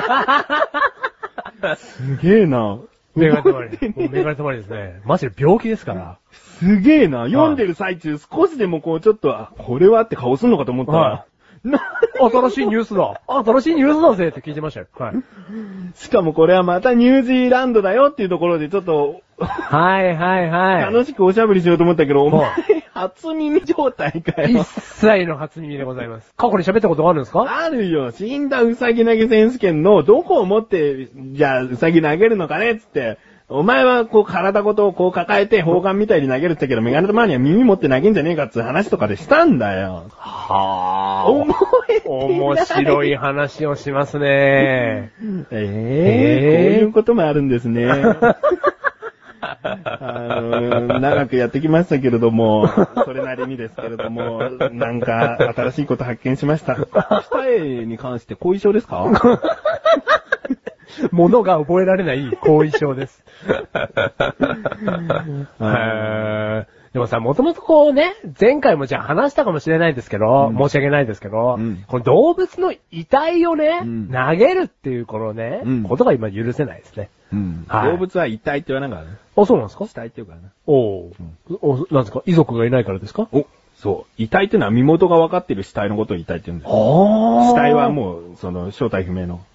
すげえな。 メガネ止まり。メガネ止まりですね。マジで病気ですから。 すげえな。読んでる最中、少しでもこうちょっと、これはって顔すんのかと思ったら、 新しいニュースだ。新しいニュースだぜって聞いてましたよ。はい。 しかもこれはまたニュージーランドだよっていうところでちょっと、 はいはいはい。 楽しくおしゃべりしようと思ったけど、お前、初耳状態かよ。 一切の初耳でございます。過去に喋ったことがあるんですか？ あるよ。死んだウサギ投げ選手権のどこを持って、じゃあウサギ投げるのかねっつって、お前はこう体ごとこう抱えて砲丸みたいに投げるって言ったけど、メガネとマーには耳持って投げんじゃねえかって話とかでしたんだよ。 はぁ。面白い話をしますね。 こういうこともあるんですね。長くやってきましたけれども、それなりにですけれども、なんか新しいこと発見しました。二重に関して後遺症ですか？ ものが覚えられない後遺症です。でもさ、もともとこうね、前回もじゃあ話したかもしれないですけど、申し訳ないですけど、この動物の遺体をね、投げるっていうこのね、ことが今許せないですね。 動物は遺体って言わなかったね。 あ、そうなんですか？ 死体っていうかな。 なんですか？遺族がいないからですか？ そう。遺体っていうのは身元が分かっている死体のことを遺体って言うんですよ。死体はもう、正体不明の。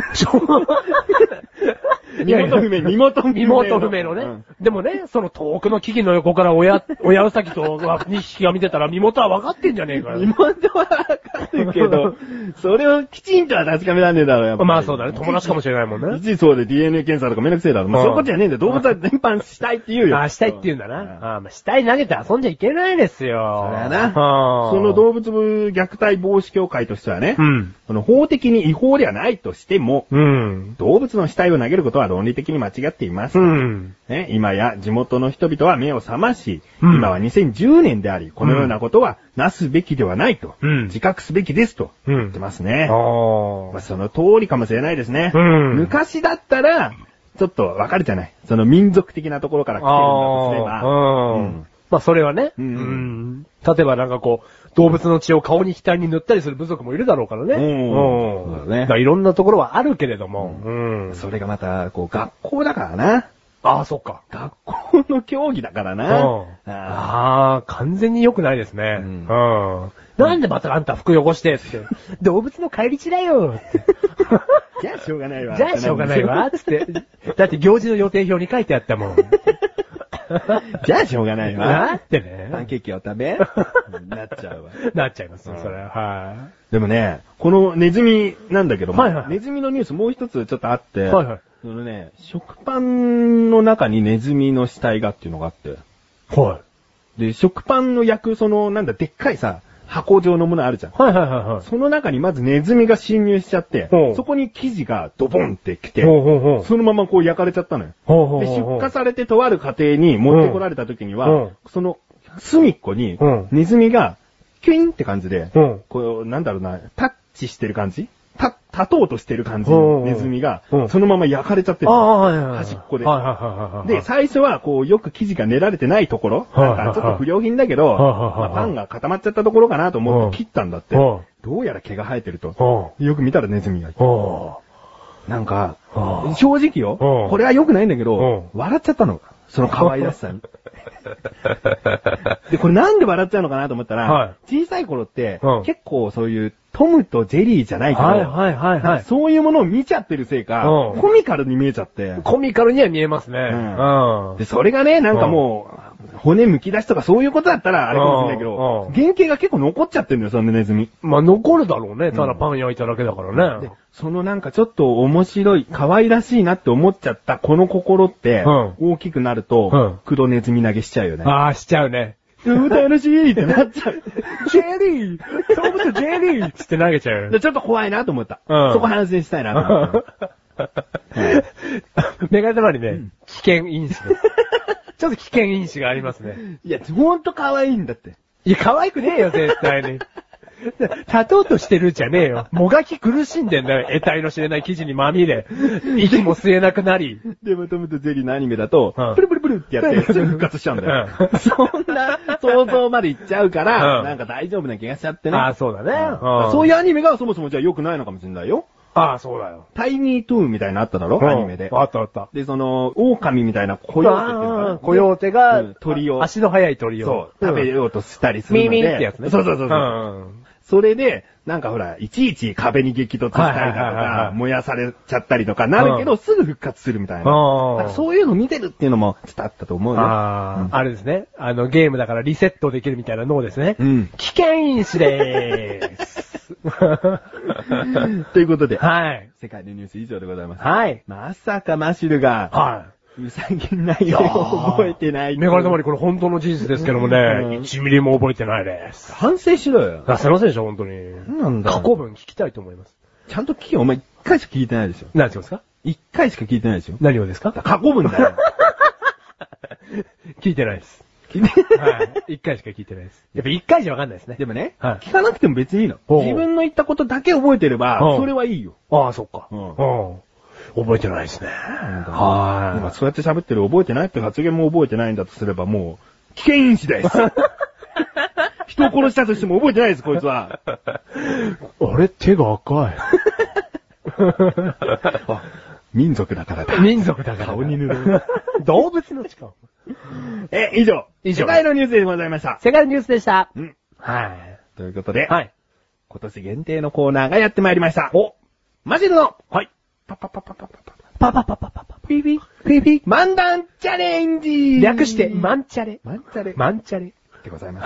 身元不明のね。でもね、その遠くの木々の横から親ウサギと2匹が見てたら身元は分かってんじゃねえかよ。 身元は分かるけど、それをきちんとは確かめらんねえだろ、やっぱ。 まあそうだね。友達かもしれないもんね。 一時そうで DNA 検査とかめんどくせえだろ。そういうことじゃねえんだよ。動物は全般死体って言うよ。 死体って言うんだな。死体投げて遊んじゃいけないですよ。 そりゃな。その動物虐待防止協会としてはね、法的に違法ではないとしても、動物の死体を投げることは論理的に間違っています。今や地元の人々は目を覚まし、今は2010年であり、このようなことはなすべきではないと、自覚すべきですと言ってますね。その通りかもしれないですね。昔だったら、ちょっとわかるじゃない。その民族的なところから来てるんだとすれば。 まあそれはね。例えばなんかこう、動物の血を顔に額に塗ったりする部族もいるだろうからね。いろんなところはあるけれども。 それがまた、こう、学校だからな。 ああ、そっか。 学校の競技だからな。 完全に良くないですね。なんでまたあんた服汚してって。動物の帰り血だよって。 じゃあしょうがないわ。 つって。だって行事の予定表に書いてあったもん。 じゃあしょうがないわ。 なってね。 パンケーキを食べなっちゃうわ。 なっちゃいますよ、それは。はい。 でもね、このネズミなんだけども、 はいはいネズミのニュースもう一つちょっとあって、 はいはい。 そのね、食パンの中にネズミの死体がっていうのがあって、 はい。 で、食パンの焼くでっかいさ、箱状のものあるじゃん。 はいはいはいはい。 その中にまずネズミが侵入しちゃって、そこに生地がドボンって来て、そのままこう焼かれちゃったのよ。で、出荷されてとある家庭に持ってこられた時には、その隅っこにネズミがキュインって感じで、こう、タッチしてる感じ立とうとしてる感じのネズミが、そのまま焼かれちゃってる。端っこで。で、最初は、こう、よく生地が練られてないところ、なんかちょっと不良品だけど、パンが固まっちゃったところかなと思って切ったんだって。どうやら毛が生えてると。よく見たらネズミがいて。なんか、正直よ、これは良くないんだけど、笑っちゃったの。その可愛らしさに。で、これなんで笑っちゃうのかなと思ったら、小さい頃って、結構そういうトムとジェリーじゃないけど、そういうものを見ちゃってるせいか、コミカルに見えちゃって。 コミカルには見えますね。 で、それがね、なんかもう、骨剥き出しとかそういうことだったらあれかもしれないけど、原型が結構残っちゃってるんだよ、そのネズミ。 まあ残るだろうね。ただパン焼いただけだからね。 そのなんかちょっと面白い、可愛らしいなって思っちゃったこの心って、大きくなると、黒ネズミ投げしちゃうよね。 ああ、しちゃうね。 楽しいってなっちゃう。 ジェリートムとジェリーつって投げちゃう。 ちょっと怖いなと思った。そこ反省したいなと思った。 メガネ玉にね、危険因子。ちょっと危険因子がありますね。 いや、ほんと可愛いんだって。 いや、可愛くねえよ、絶対に。立とうとしてるじゃねえよ。もがき苦しんでんだよ。得体の知れない生地にまみれ。息も吸えなくなり。 でもトムとジェリーのアニメだと、プルプルプルってやって、復活しちゃうんだよ。そんな想像までいっちゃうから、なんか大丈夫な気がしちゃってね。 ああ、そうだね。 そういうアニメがそもそもじゃあ良くないのかもしれないよ。 ああ、そうだよ。 タイニートゥーンみたいなのあっただろアニメで。 あったあった。 で、狼みたいなコヨーテっていうのかなコヨーテが、 鳥を。 足の速い鳥を。 そう、食べようとしたりするので。 ミーミーってやつね。 そう。それで、なんかほら、いちいち壁に激突したりだとか、燃やされちゃったりとかなるけど、すぐ復活するみたいな。そういうの見てるっていうのも、ちょっとあったと思うよ。 あれですね。ゲームだからリセットできるみたいな脳ですね。危険因子でーす。 ということで、 世界のニュース以上でございます。まさかマシュルが、うさぎ内容を覚えてない。 メガネ玉にこれ本当の事実ですけどもね、1ミリも覚えてないです。 反省しろよ。 すいませんでした、本当に。 なんだ。 過去文聞きたいと思います。 ちゃんと聞けよ。お前1回しか聞いてないでしょ。 何ですか ?1 回しか聞いてないでしょ。 何をですか過去文だよ。 聞いてないです。1回しか聞いてないです。やっぱ1回じゃわかんないですね。 でもね、聞かなくても別にいいの。自分の言ったことだけ覚えてれば、それはいいよ。 ああ、そっか。覚えてないですね。 今そうやって喋ってる覚えてないって発言も覚えてないんだとすればもう、危険因子です。人を殺したとしても覚えてないです、こいつは。 あれ、手が赤い。 民族だからだ。 民族だから。 顔に塗る。 動物の力。 以上。世界のニュースでございました。 世界のニュースでした。 ということで、今年限定のコーナーがやってまいりました。マジルの、ピピ漫談チャレンジ略して、マンチャレ。マンチャレ。 でございます。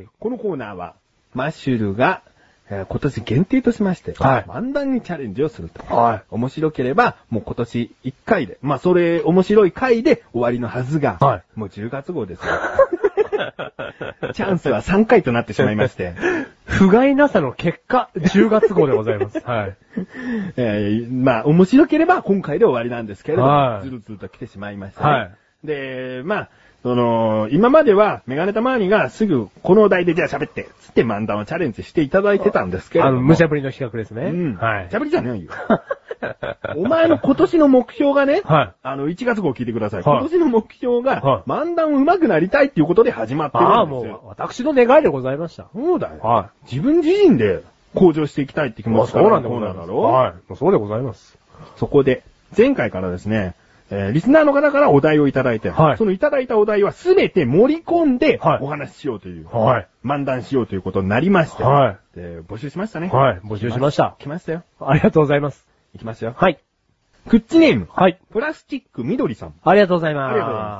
このコーナーは、マッシュルが、今年限定としまして、漫談にチャレンジをすると。面白ければ、もう今年1回で、まあそれ面白い回で終わりのはずが、もう10月号ですよ。チャンスは3回となってしまいまして。 不甲斐なさの結果、10月号でございます。 まあ面白ければ今回で終わりなんですけれども、ずるずると来てしまいました、で、まあ、今まではメガネたまーにがすぐこのお題でじゃあ喋って、つって漫談をチャレンジしていただいてたんですけれども。 無茶ぶりの企画ですね。 無茶ぶりじゃないよ。お前の今年の目標がね、1月号聞いてください。今年の目標が、漫談上手くなりたいっていうことで始まってるんですよ。 もう、私の願いでございました。 そうだよ。自分自身で向上していきたいって気持ちがあるだろう。そうでございます。 そこで、前回からですね、リスナーの方からお題をいただいて、そのいただいたお題はすべて盛り込んで、お話ししようという、漫談しようということになりまして、募集しましたね。 募集しました。 来ましたよ。 ありがとうございます。 いきますよ。クッチネーム。プラスチックみどりさん。 ありがとうございます。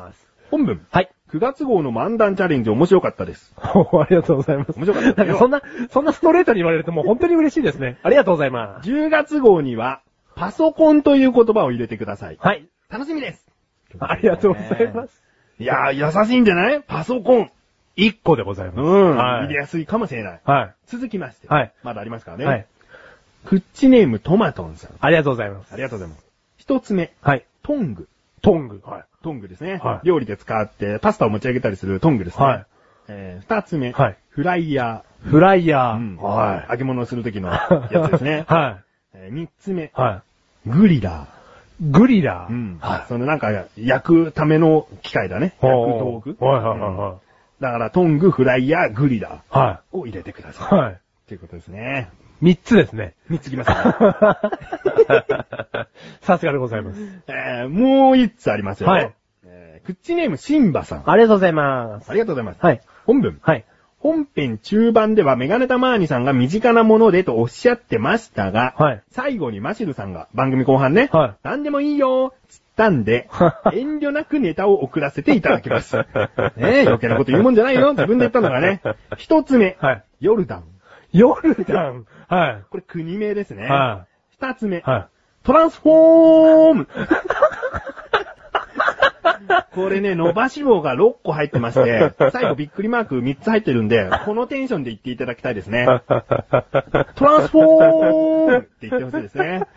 本文。 はい。 9月号の漫談チャレンジ面白かったです。 ありがとうございます。 面白かったです。 なんかそんなストレートに言われるともう本当に嬉しいですね。ありがとうございます。 10月号には、パソコンという言葉を入れてください。 はい。 楽しみです。 ありがとうございます。 いやー、優しいんじゃない？パソコン。 1個でございます。 はい。入れやすいかもしれない。 はい。 続きまして。 はい。 まだありますからね。 はい。 クッチネームトマトンさん。 ありがとうございます。 ありがとうございます。一つ目。 はい。 トング。 トング。はい。 トングですね。 はい。 料理で使ってパスタを持ち上げたりするトングですね。はい。二つ目。 はい。 フライヤー。フライヤー。 うん。はい。揚げ物をするときのやつですね。 はい。 三つ目。 はい。 グリラー。 グリラー。 うん。はい。そのなんか焼くための機械だね。焼く道具。 はいはいはい。 だからトング、フライヤー、グリラー。 はい。 を入れてください。 はい。 ということですね。 3つですね。 3つきますね。 さすがでございます。 もう1つありますよ。 はい。 クッチネームシンバさん。 ありがとうございます。 ありがとうございます。 はい。 本文。 はい。 本編中盤ではメガネタマーニさんが身近なものでとおっしゃってましたが、はい。最後にマシルさんが番組後半ね、はい。何でもいいよつったんで、遠慮なくネタを送らせていただきます。ねえ、余計なこと言うもんじゃないよ。自分で言ったのがね。一つ目。はい。ヨルダン。 ヨルダン。はい。 これ国名ですね。 はい。 二つ目。 はい。 トランスフォーム。これね、伸ばし棒が6個入ってまして、最後びっくりマーク3つ入ってるんで、このテンションで言っていただきたいですね。トランスフォームって言ってほしいですね。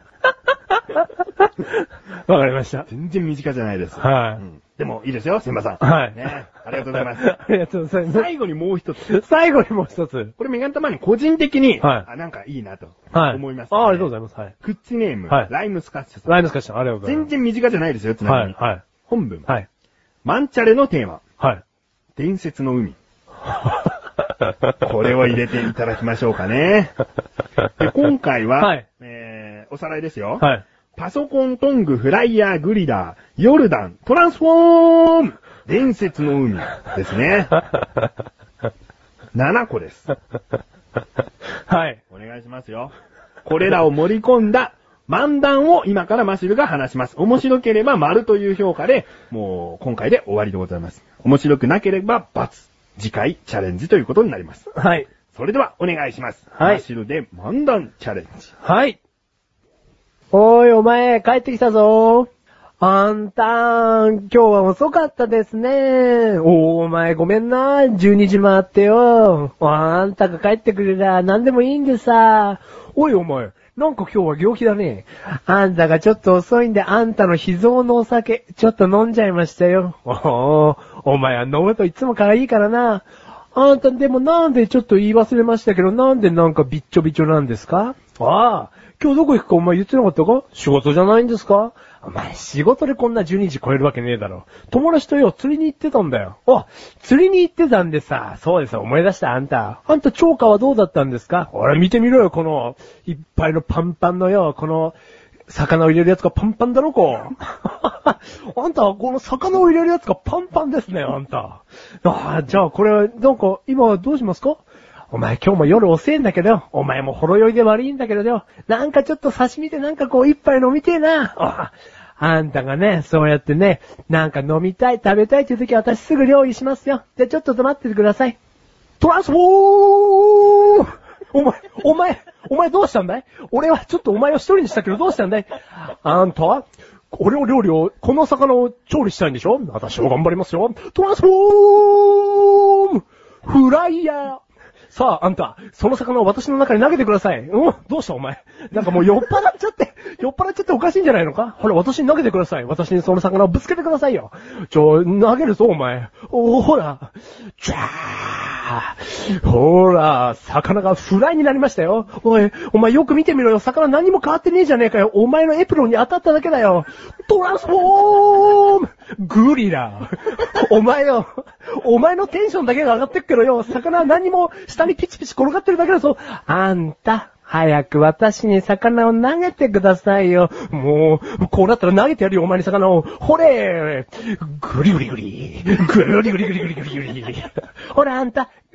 わかりました。 全然短じゃないです。 はい。 でもいいですよ、すんまさん。 はい。 ね。ありがとうございます。 ありがとうございます。 最後にもう一つ。 最後にもう一つ。 これメガネたまに個人的に、 はい。 なんかいいなと。 はい。 思います、 ね。ありがとうございます。はい。 クッチネーム。 はい。 ライムスカッシュさん。 ライムスカッシュさん、ありがとうございます。 全然短じゃないですよ、つなみに。 はい。はい。 本文。 はい。 マンチャレのテーマ。 はい。 伝説の海。これを入れていただきましょうかね。で今回は、はい。おさらいですよ。 はい。 パソコン、トング、フライヤー、グリダー、ヨルダン、トランスフォーム、伝説の海ですね。7個です。 はい。 お願いしますよ。これらを盛り込んだ漫談を今からマシルが話します。面白ければ丸という評価で、もう今回で終わりでございます。面白くなければ×。次回チャレンジということになります。 はい。 それではお願いします。 はい。 マシルで漫談チャレンジ。 はい。おーい、お前、帰ってきたぞー。あんた今日は遅かったですね。お前ごめんな。12時回ってよ。あんたが帰ってくれりゃ何でもいいんでさ。おいお前、なんか今日は陽気だね。あんたがちょっと遅いんであんたの秘蔵のお酒、ちょっと飲んじゃいましたよ。お前は飲むといつも可愛いからな。あんたでもなんでちょっと言い忘れましたけど、なんでなんかびっちょびちょなんですか？ああ、今日どこ行くかお前言ってなかったか？仕事じゃないんですか？お前仕事でこんな12時超えるわけねえだろ。友達とよ、釣りに行ってたんだよ。あ、釣りに行ってたんでさ、そうですよ、思い出したあんた。あんた超過はどうだったんですか？ほら見てみろよ、この、いっぱいのパンパンのよ、この、魚を入れるやつがパンパンだろ、こう。あんた、この魚を入れるやつがパンパンですね、あんた。じゃあこれ、なんか、今どうしますか？お前今日も夜遅いんだけどよ。お前もほろ酔いで悪いんだけどよ。なんかちょっと刺身でなんかこう一杯飲みてえな。あんたがね、そうやってね、なんか飲みたい、食べたいっていう時は私すぐ料理しますよ。じゃあちょっと待っててください。トランスフォーお前どうしたんだい？俺はちょっとお前を一人にしたけどどうしたんだい？あんたは俺を料理を、この魚を調理したいんでしょ？私も頑張りますよ。トランスフォーフライヤーさあ、あんた、その魚を私の中に投げてください。どうしたお前。なんかもう酔っ払っちゃっておかしいんじゃないのか？ほら、私に投げてください。私にその魚をぶつけてくださいよ。投げるぞ、お前。ほら。ほら、魚がフライになりましたよ。お前よく見てみろよ。魚何も変わってねえじゃねえかよ。お前のエプロンに当たっただけだよ。トランスフォームグリラお前のテンションだけが上がってっけどよ。魚は何も下にピチピチ転がってるだけだぞ。あんた、早く私に魚を投げてくださいよ。もう、こうなったら投げてやるよ、お前に魚を。ほれグリグリグリ。グリグリグリグリグリグリ。ほら、あんた、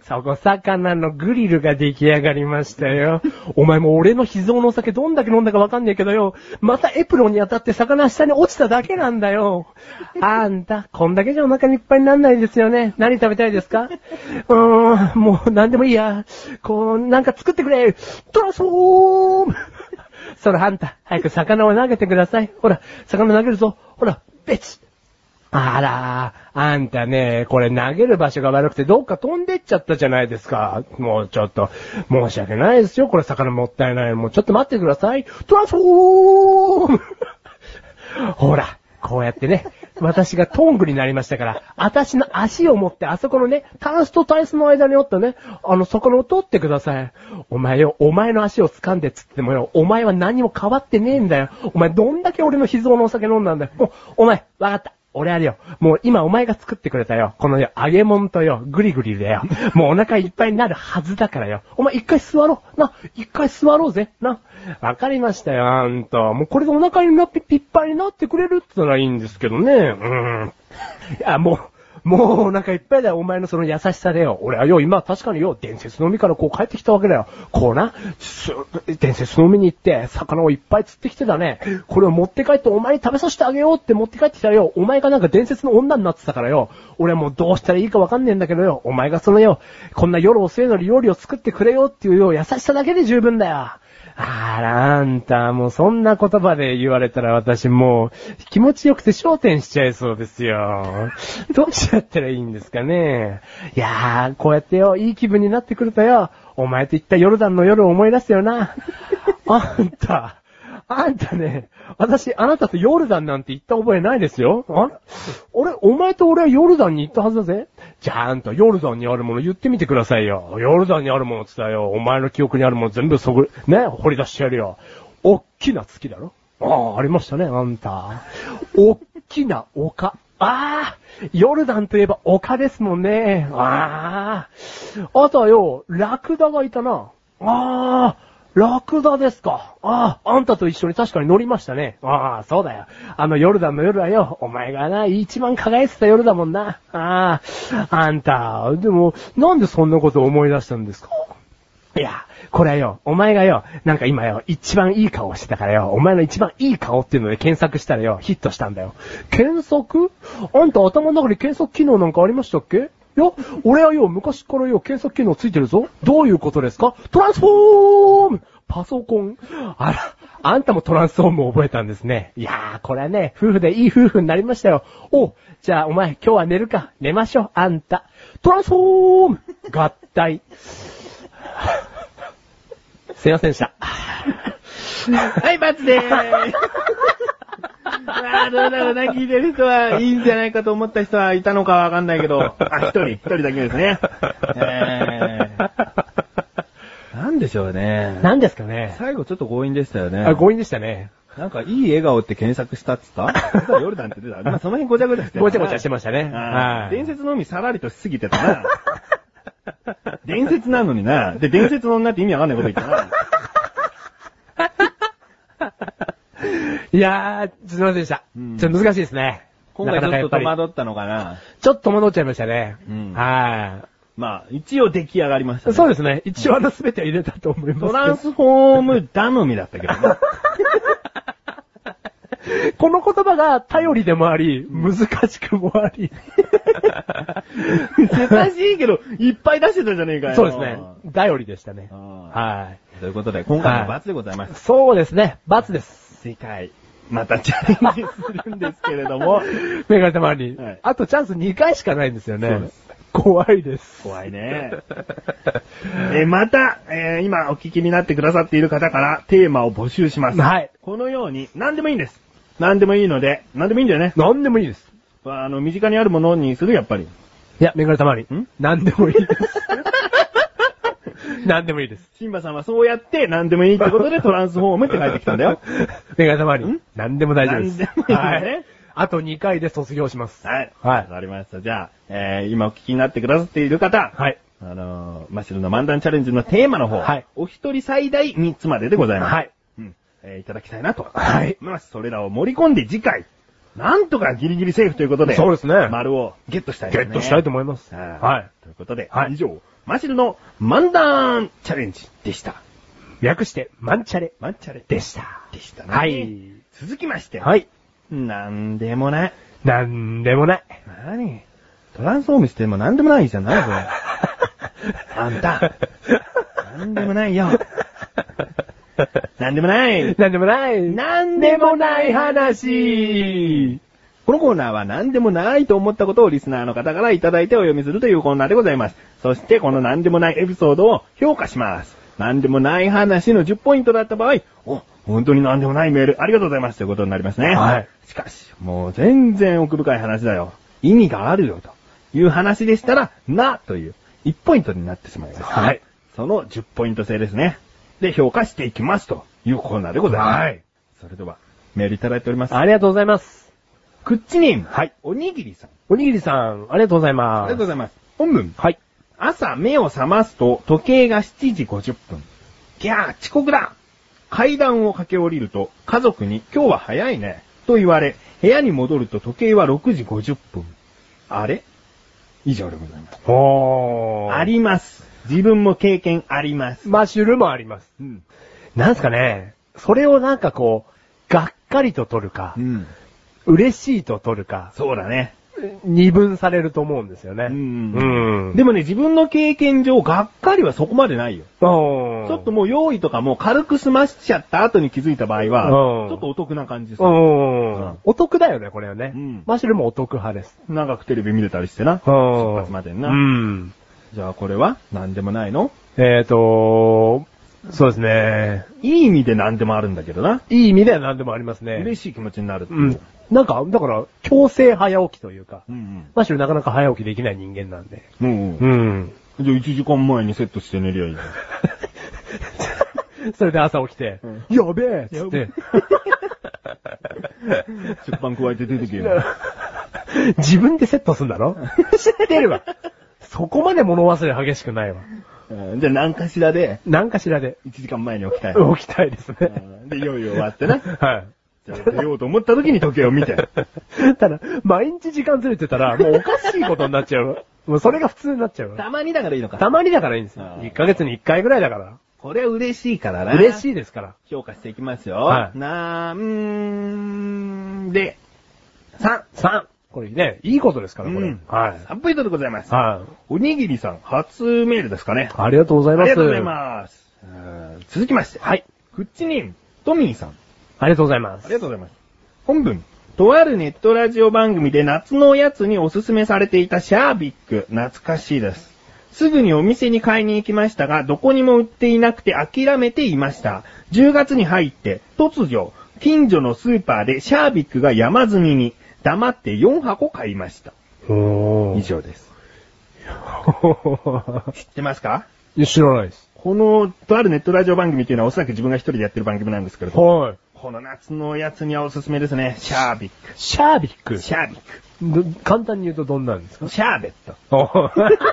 そこ魚のグリルが出来上がりましたよ。お前も俺の秘蔵のお酒どんだけ飲んだかわかんねえけどよ。またエプロンに当たって魚下に落ちただけなんだよ。あんた、こんだけじゃお腹にいっぱいになんないですよね。何食べたいですか？もう何でもいいや。なんか作ってくれ。トランスフォームそらあんた、早く魚を投げてください。ほら、魚投げるぞ。ほら、ベチ。あら、あんたね、これ投げる場所が悪くてどっか飛んでっちゃったじゃないですか。もうちょっと、申し訳ないですよ。これ魚もったいない。もうちょっと待ってください。トランスフォームほら、こうやってね、私がトングになりましたから、私の足を持ってあそこのね、タンスとタンスの間におったね、魚を取ってください。お前よ、お前の足を掴んでっつってもよ、お前は何も変わってねえんだよ。お前どんだけ俺の秘蔵のお酒飲んだんだよ。もう、お前、わかった。俺あれよ、もう今お前が作ってくれたよ。このよ、揚げ物とよ、グリグリだよ。もうお腹いっぱいになるはずだからよ。お前一回座ろう。一回座ろうぜ。わかりましたよ、あんた。もうこれでお腹になっていっぱいになってくれるって言ったらいいんですけどね。いや、もうお腹いっぱいだよ、お前のその優しさでよ。俺はよ、今確かによ、伝説の海からこう帰ってきたわけだよ。こうな、伝説の海に行って、魚をいっぱい釣ってきてたね。これを持って帰ってお前に食べさせてあげようって持って帰ってきたらよ、お前がなんか伝説の女になってたからよ。俺はもうどうしたらいいかわかんねえんだけどよ。お前がそのよ、こんな夜遅いのに料理を作ってくれよっていうよ、優しさだけで十分だよ。あら、あんた、もうそんな言葉で言われたら私もう気持ちよくて焦点しちゃいそうですよ。どうしちゃったらいいんですかね。いやー、こうやってよ、いい気分になってくるとよ、お前と行ったヨルダンの夜を思い出すよな。あんたね、私、あなたとヨルダンなんて行った覚えないですよ。お前と俺はヨルダンに行ったはずだぜ。じゃあ、あんた、ヨルダンにあるもの言ってみてくださいよ。ヨルダンにあるものって言ったよ。お前の記憶にあるもの全部掘り出してやるよ。おっきな月だろ？ありましたね、あんた。おっきな丘。ヨルダンといえば丘ですもんね。あとはよ、ラクダがいたな。ラクダですか。あんたと一緒に確かに乗りましたね。そうだよ。ヨルダンの夜はよ、お前がな、一番輝いてた夜だもんな。あんた、でも、なんでそんなことを思い出したんですか？いや、これはよ、お前がよ、なんか今よ、一番いい顔してたからよ、お前の一番いい顔っていうので検索したらよ、ヒットしたんだよ。検索？あんた頭の中に検索機能なんかありましたっけ？いや、俺はよ、昔からよ、検索機能ついてるぞ。どういうことですか？トランスフォーム！パソコン。あんたもトランスフォームを覚えたんですね。いやー、これはね、夫婦でいい夫婦になりましたよ。じゃあお前、今日は寝るか。寝ましょう、あんた。トランスフォーム！合体。すいませんでした。 はい、バツでーす。どうだろうな、聞いてる人はいいんじゃないかと思った人はいたのかわかんないけど、一人だけですね。なんでしょうね。 何ですかね。 最後ちょっと強引でしたよね。 強引でしたね。 なんか、いい笑顔って検索したっつったヨルダンって出た。その辺ごちゃごちゃしてた。 ごちゃごちゃしてましたね。 伝説の海さらりとしすぎてたな。伝説なのにな。で、伝説の女って意味わかんないこと言ったな。 いやー、すいませんでした。ちょっと難しいですね。 今回ちょっと戸惑ったのかな。 ちょっと戸惑っちゃいましたね。 まあ、一応出来上がりましたね。 そうですね。一応全て入れたと思います。 トランスフォーム頼みだったけどね。 この言葉が頼りでもあり、難しくもあり。 難しいけど、いっぱい出してたじゃねえかよ。 そうですね。頼りでしたね。はい。 ということで、今回の罰でございます。 そうですね。罰です。 次回、またチャレンジするんですけれども。 メガネたまに。あとチャンス2回しかないんですよね。そうです。怖いです。 怖いね。また、今お聞きになってくださっている方からテーマを募集します。 はい。 このように、何でもいいんです。何でもいいので、何でもいいんだよね。 何でもいいです。 身近にあるものにする、やっぱり。 いや、メガネたまに。何でもいいです。何でもいいです。 シンバさんはそうやって何でもいいってことでトランスフォームって書いてきたんだよ。 メガネたまに。何でも大丈夫です。 何でもいいんだね。 あと2回で卒業します。 はい。わかりました。じゃあ、今お聞きになってくださっている方。 はい。 マシルの漫談チャレンジのテーマの方。 はい。 お一人最大3つまででございます。 はい。 いただきたいなと。 はい。 それらを盛り込んで次回、なんとかギリギリセーフということで。 そうですね。 丸をゲットしたいですね。 ゲットしたいと思います。 はい。ということで、以上、 マシルの漫談チャレンジでした。 略して、マンチャレ。 マンチャレでした。 でしたね。 はい。 続きまして。 はい。 なんでもない。 なんでもない。 何トランスフォームしてもなんでもないじゃないこれ。あんた。なんでもないよ。なんでもない。 なんでもない。 なんでもない話。このコーナーは何でもないと思ったことをリスナーの方からいただいてお読みするというコーナーでございます。そしてこの何でもないエピソードを評価します。何でもない話の10ポイントだった場合、本当に何でもないメールありがとうございますということになりますね。 はい。 しかし、もう全然奥深い話だよ。意味があるよという話でしたら、なという1ポイントになってしまいます。 はい。 その10ポイント制ですね。で、評価していきますというコーナーでございます。はい。それでは、メールいただいております。 ありがとうございます。 クッチネーム。 はい。 おにぎりさん。 おにぎりさん、ありがとうございます。 ありがとうございます。本文。 はい。 朝目を覚ますと時計が7時50分。ギャー、遅刻だ。階段を駆け下りると家族に今日は早いね。と言われ、部屋に戻ると時計は6時50分。あれ？以上でございます。あります。自分も経験あります。 マッシュルもあります。なんすかね、それをなんかこう、がっかりと取るか、嬉しいと取るか。 そうだね。 二分されると思うんですよね。でもね、自分の経験上、がっかりはそこまでないよ。ちょっともう用意とかも軽く済ましちゃった後に気づいた場合は、ちょっとお得な感じです。 お得だよね、これはね。マシュルもお得派です。 長くテレビ見れたりしてな。出発までにな。じゃあこれは何でもないの？ そうですね。 いい意味で何でもあるんだけどな。 いい意味では何でもありますね。 嬉しい気持ちになるっていう。 なんか、だから、強制早起きというか、マシュルなかなか早起きできない人間なんで。 じゃあ1時間前にセットして寝りゃいい。 それで朝起きて、やべえつって。 食パン加えて出てけよ。 自分でセットすんだろ？知ってるわ。そこまで物忘れ激しくないわ。 じゃあ何かしらで。 1 時間前に起きたい。 起きたいですね。 で、いよいよ終わってな。 はい。 じゃあ出ようと思った時に時計を見て。 ただ、毎日時間ずれてたら、もうおかしいことになっちゃう。もうそれが普通になっちゃう。 たまにだからいいのか。 たまにだからいいんですよ。1ヶ月に1回ぐらいだから。 これは嬉しいからな。 嬉しいですから。 評価していきますよ。 はい。 で、 3。これね、いいことですから、これ。 はい。3ポイントでございます。 はい。 おにぎりさん、初メールですかね。 ありがとうございます。 ありがとうございます。続きまして。 はい。 フッチネーム、トミーさん。 ありがとうございます。 ありがとうございます。本文。とあるネットラジオ番組で夏のおやつにおすすめされていたシャービック、懐かしいです。すぐにお店に買いに行きましたが、どこにも売っていなくて諦めていました。10月に入って、突如、近所のスーパーでシャービックが山積みに、黙って4箱買いました。以上です。知ってますか？ いや、知らないです。 この、とあるネットラジオ番組っていうのはおそらく自分が一人でやってる番組なんですけれども。はい。この夏のおやつにはおすすめですね。シャービック。 シャービック？ シャービック。 簡単に言うとどんなんですか？ シャーベット。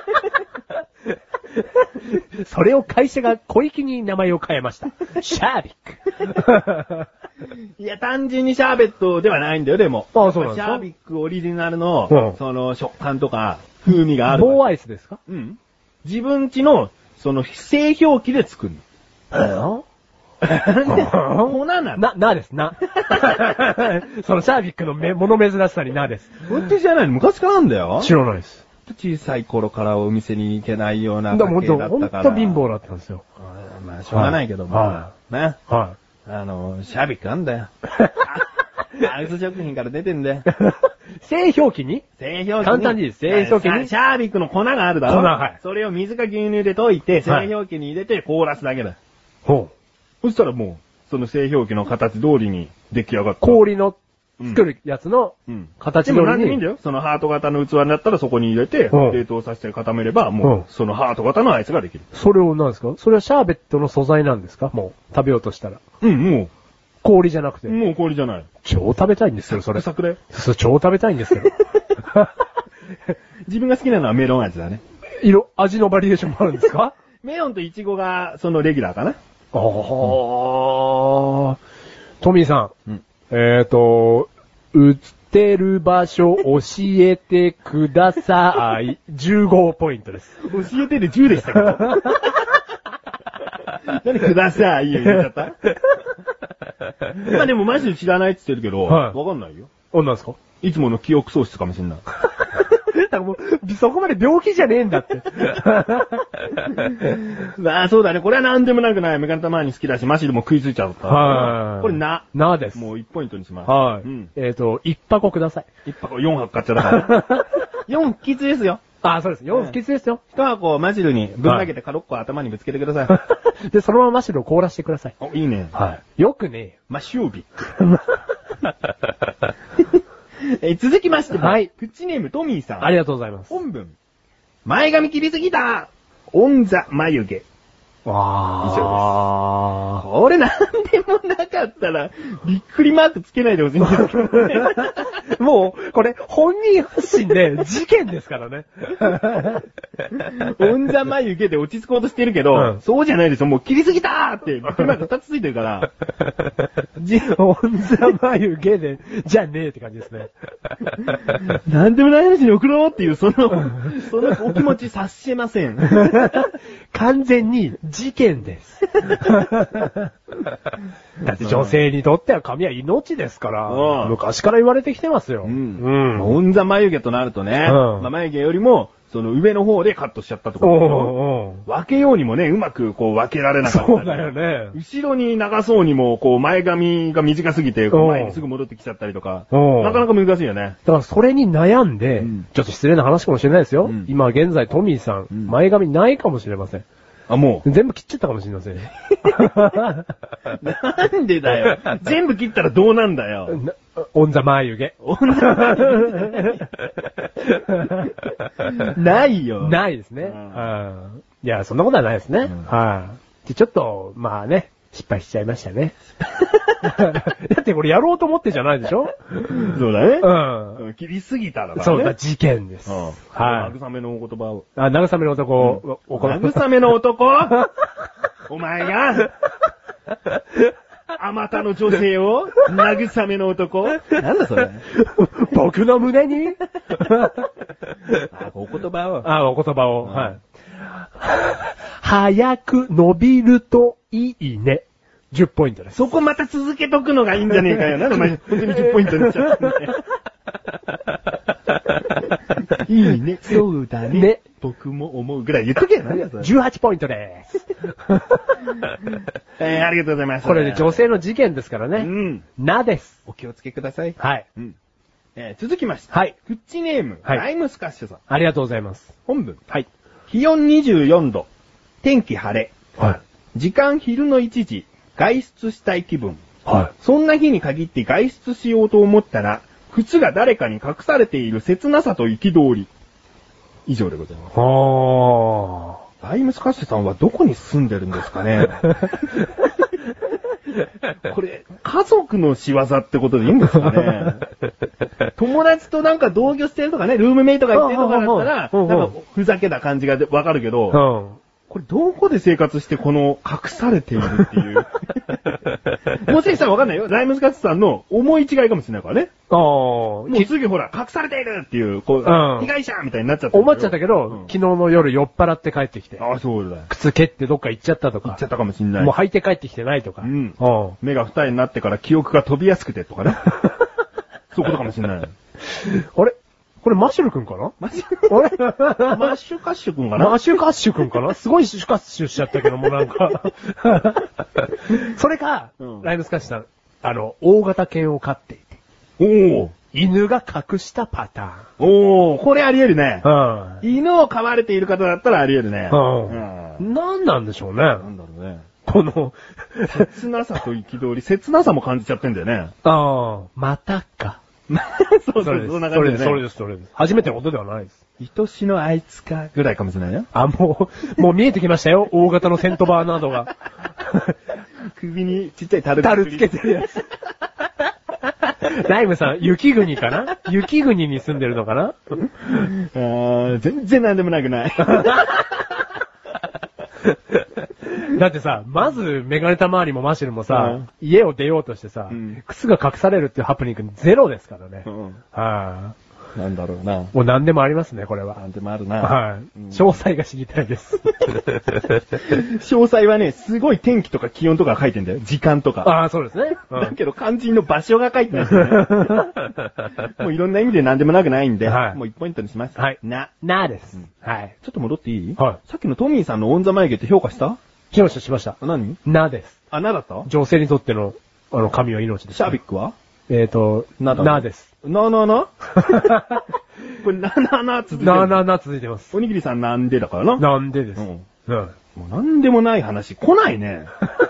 それを会社が小粋に名前を変えました。シャービック。 いや、単純にシャーベットではないんだよ、でも。 ああ、そうなんですか。 シャービックオリジナルの、その食感とか、風味がある。 棒アイスですか？ 自分家の、その、製氷機で作るの。粉なの？ なです、な。そのシャービックの物珍しさになです。 本当じゃないの？昔からなんだよ。 知らないです。 小さい頃からお店に行けないような家系だったから。 ほんと貧乏だったんですよ。 まあ、しょうがないけども。ね。 はい。 シャービックなんだよ。アイス食品から出てんだよ。 製氷機に？ 製氷機に。 簡単にいいです。製氷機に。 シャービックの粉があるだろ？ 粉、はい。 それを水か牛乳で溶いて、製氷機に入れて凍らすだけだ。 ほう。そしたらもう、その製氷機の形通りに出来上がった。 氷の作るやつの形通りに。 でも何でもいいんだよ。そのハート型の器になったらそこに入れて、冷凍させて固めれば、もう、そのハート型のアイスができる。 それを何ですか？それはシャーベットの素材なんですか？もう、食べようとしたら。 もう。 氷じゃなくて。 もう氷じゃない。 超食べたいんですよ、それ。 サクサクで。 超食べたいんですよ。 自分が好きなのはメロン味だね。 味のバリエーションもあるんですか？ メロンとイチゴが、そのレギュラーかな。 トミーさん。 てる場所教えてください。15ポイントです。 教えてで10でしたけど。何ください言っちゃったまあでもマジで知らないって言ってるけど、わかんないよ。 なんですか？ いつもの記憶喪失かもしれない。 だからもうそこまで病気じゃねえんだって。 まあそうだね。これは何でもなくない。メガネたまに好きだし、マジでも食いついちゃった。はい。これなです。 もう1ポイントにします。 はい。うん、1箱ください。 1箱4箱買っちゃったから。4きつですよ。 あ、そうです。4きつですよ。 1箱マジルにぶん投げてカロッコ頭にぶつけてください。で、そのままマシルを凍らしてください。 いいね。 はい。よくね。 マシュービ続きまして、はい。プッチネームトミーさん。 ありがとうございます。 本文。前髪切りすぎたオンザ眉毛。 わー。以上です。これなんでもなかったら、びっくりマークつけないでほしいんですけどね。 もう、これ、本人発信で事件ですからね。 オンザ眉毛で落ち着こうとしてるけど、そうじゃないですよ。もう切りすぎたーって、びっくりマーク2つついてるから。 オンザ眉毛で、じゃねえって感じですね。 なんでもない話に送ろうっていう、そのお気持ち察しません。 完全に事件です。だって女性にとっては髪は命ですから、昔から言われてきてますよ。オンザ眉毛となるとね、眉毛よりも、その上の方でカットしちゃったところ分けようにもね、うまくこう分けられなかった。 そうだよね。 後ろに長そうにも、こう前髪が短すぎて、前にすぐ戻ってきちゃったりとか、なかなか難しいよね。 だからそれに悩んで、ちょっと失礼な話かもしれないですよ。今現在トミーさん、前髪ないかもしれません。 あ、もう。 全部切っちゃったかもしれません。 なんでだよ。全部切ったらどうなんだよ。 オンザ眉毛。 ないよ。 ないですね。いや、そんなことはないですね。ちょっと、まあね、失敗しちゃいましたね。だってこれやろうと思ってじゃないでしょ？ そうだね。切りすぎたらだね。 そうだ、事件です。 はい。慰めのお言葉を。 慰めの男。 慰めの男お前が、あまたの女性を慰めの男なんだそれ僕の胸にお言葉を。 お言葉を。はい。早く伸びるといいね。10ポイントです。 そこまた続けとくのがいいんじゃねえかよ。なんでお前、本当に10ポイントにしちゃったんだよ。いいね。そうだね。ね。僕も思うぐらい言っとけよ。 18ポイントです。 ありがとうございます。 これで女性の事件ですからね。なです。 お気をつけください。 はい。 続きまして。 はい。 フッチネーム、ライムスカッシュさん。 ありがとうございます。 本文。はい。気温24度。天気晴れ。 はい。 時間昼の1時。外出したい気分。 はい。 そんな日に限って外出しようと思ったら、靴が誰かに隠されている切なさと憤り。以上でございます。ライムスカッシュさんはどこに住んでるんですかねこれ、家族の仕業ってことでいいんですかね友達となんか同居してるとかね、ルームメイトが言ってるとかだったら、なんかふざけた感じがわかるけど、これどこで生活してこの隠されているっていう。もしかしたらわかんないよ。ライムスカッシュさんの思い違いかもしれないからね。もう次ほら、隠されているっていう、こう、被害者みたいになっちゃった。 思っちゃったけど、昨日の夜酔っ払って帰ってきて。 そうだ。 靴蹴ってどっか行っちゃったとか。 行っちゃったかもしれない。 もう履いて帰ってきてないとか。 目が二重になってから記憶が飛びやすくてとかね。そういうことかもしれない。 あれこれマッシュル君かなマッシュカッシュ君かなマッシュカッシュ君かなすごいシュカッシュしちゃったけどもなんか。それか、ライムスカッシュさん、大型犬を飼っていて。犬が隠したパターン。これあり得るね。犬を飼われている方だったらあり得るね。 何なんでしょうね。 なんだろうね。 この、 切なさと憤り、切なさも感じちゃってんだよね。 またか。 そう、そんな感じでね。 それです。初めてのことではないです。 愛しのあいつかぐらいかもしれないよ。 もう見えてきましたよ。大型のセントバーナードが。 首にちっちゃいタルつけてるやつ。ライムさん、雪国かな雪国に住んでるのかな全然なんでもなくない。 だってさ、まずメガネたまわりもマシルもさ、家を出ようとしてさ、靴が隠されるっていうハプニングゼロですからね。 なんだろうな。 もう何でもありますね、これは。 何でもあるな。 はい。詳細が知りたいです。 詳細はね、すごい天気とか気温とか書いてんだよ。時間とか。 ああ、そうですね。 だけど肝心の場所が書いてないんだよね。もういろんな意味で何でもなくないんで、もう1ポイントにします。 はい。なです。はい。 ちょっと戻っていい？ はい。 さっきのトミーさんのオンザ眉毛って評価した？ しました。 何？ なです。 なだった？ 女性にとっての、神は命です。 シャービックは？ なです。 なこれな続いてる。 な続いてます。 おにぎりさんなんでだからな。 なんでです。 もうなんでもない話来ないね。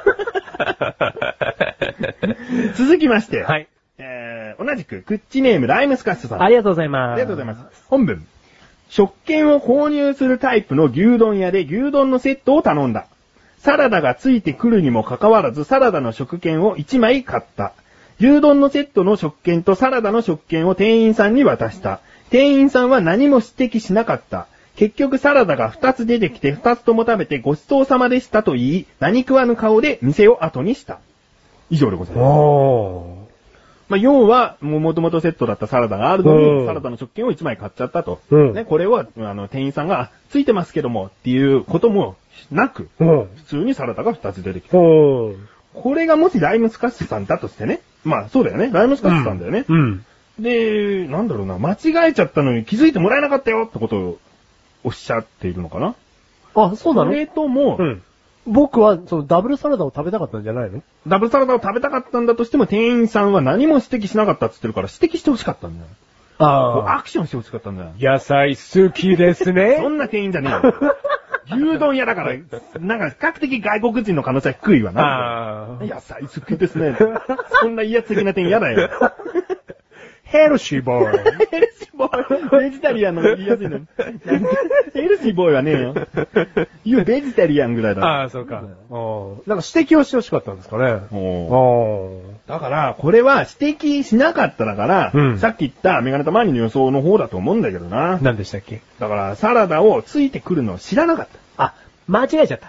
続きまして。 はい。 同じく、クッチネームライムスカッシュさん。 ありがとうございます。 ありがとうございます。本文。食券を購入するタイプの牛丼屋で牛丼のセットを頼んだ。サラダがついてくるにもかかわらずサラダの食券を1枚買った。牛丼のセットの食券とサラダの食券を店員さんに渡した。店員さんは何も指摘しなかった。結局サラダが2つ出てきて2つとも食べてごちそうさまでしたと言い、何食わぬ顔で店を後にした。以上でございます。要は、もともとセットだったサラダがあるのに、サラダの食券を1枚買っちゃったと。ね、これは、店員さんが、ついてますけども、っていうこともなく、普通にサラダが2つ出てきた。これがもしライムスカッシュさんだとしてね。そうだよね。ライムスカッシュさんだよね。で、なんだろうな、間違えちゃったのに気づいてもらえなかったよってことをおっしゃっているのかな？ あ、そうなの？ それとも、 僕は、ダブルサラダを食べたかったんじゃないの？ ダブルサラダを食べたかったんだとしても、店員さんは何も指摘しなかったって言ってるから、指摘してほしかったんだよ。アクションしてほしかったんだよ。 野菜好きですね。 そんな店員じゃねえよ。牛丼屋だから、なんか比較的外国人の可能性は低いわな。野菜好きですね。そんな威圧的な店嫌だよ。 ヘルシーボーイ。 ヘルシーボーイ。ベジタリアンの言いやすいの。ヘルシーボーイはねえよ。言うベジタリアンぐらいだ。 ああ、そうか。なんか指摘をしてほしかったんですかね。 だから、これは指摘しなかっただから、さっき言ったメガネタマーニの予想の方だと思うんだけどな。 何でしたっけ？ だから、サラダをついてくるのを知らなかった。 あ、間違えちゃった。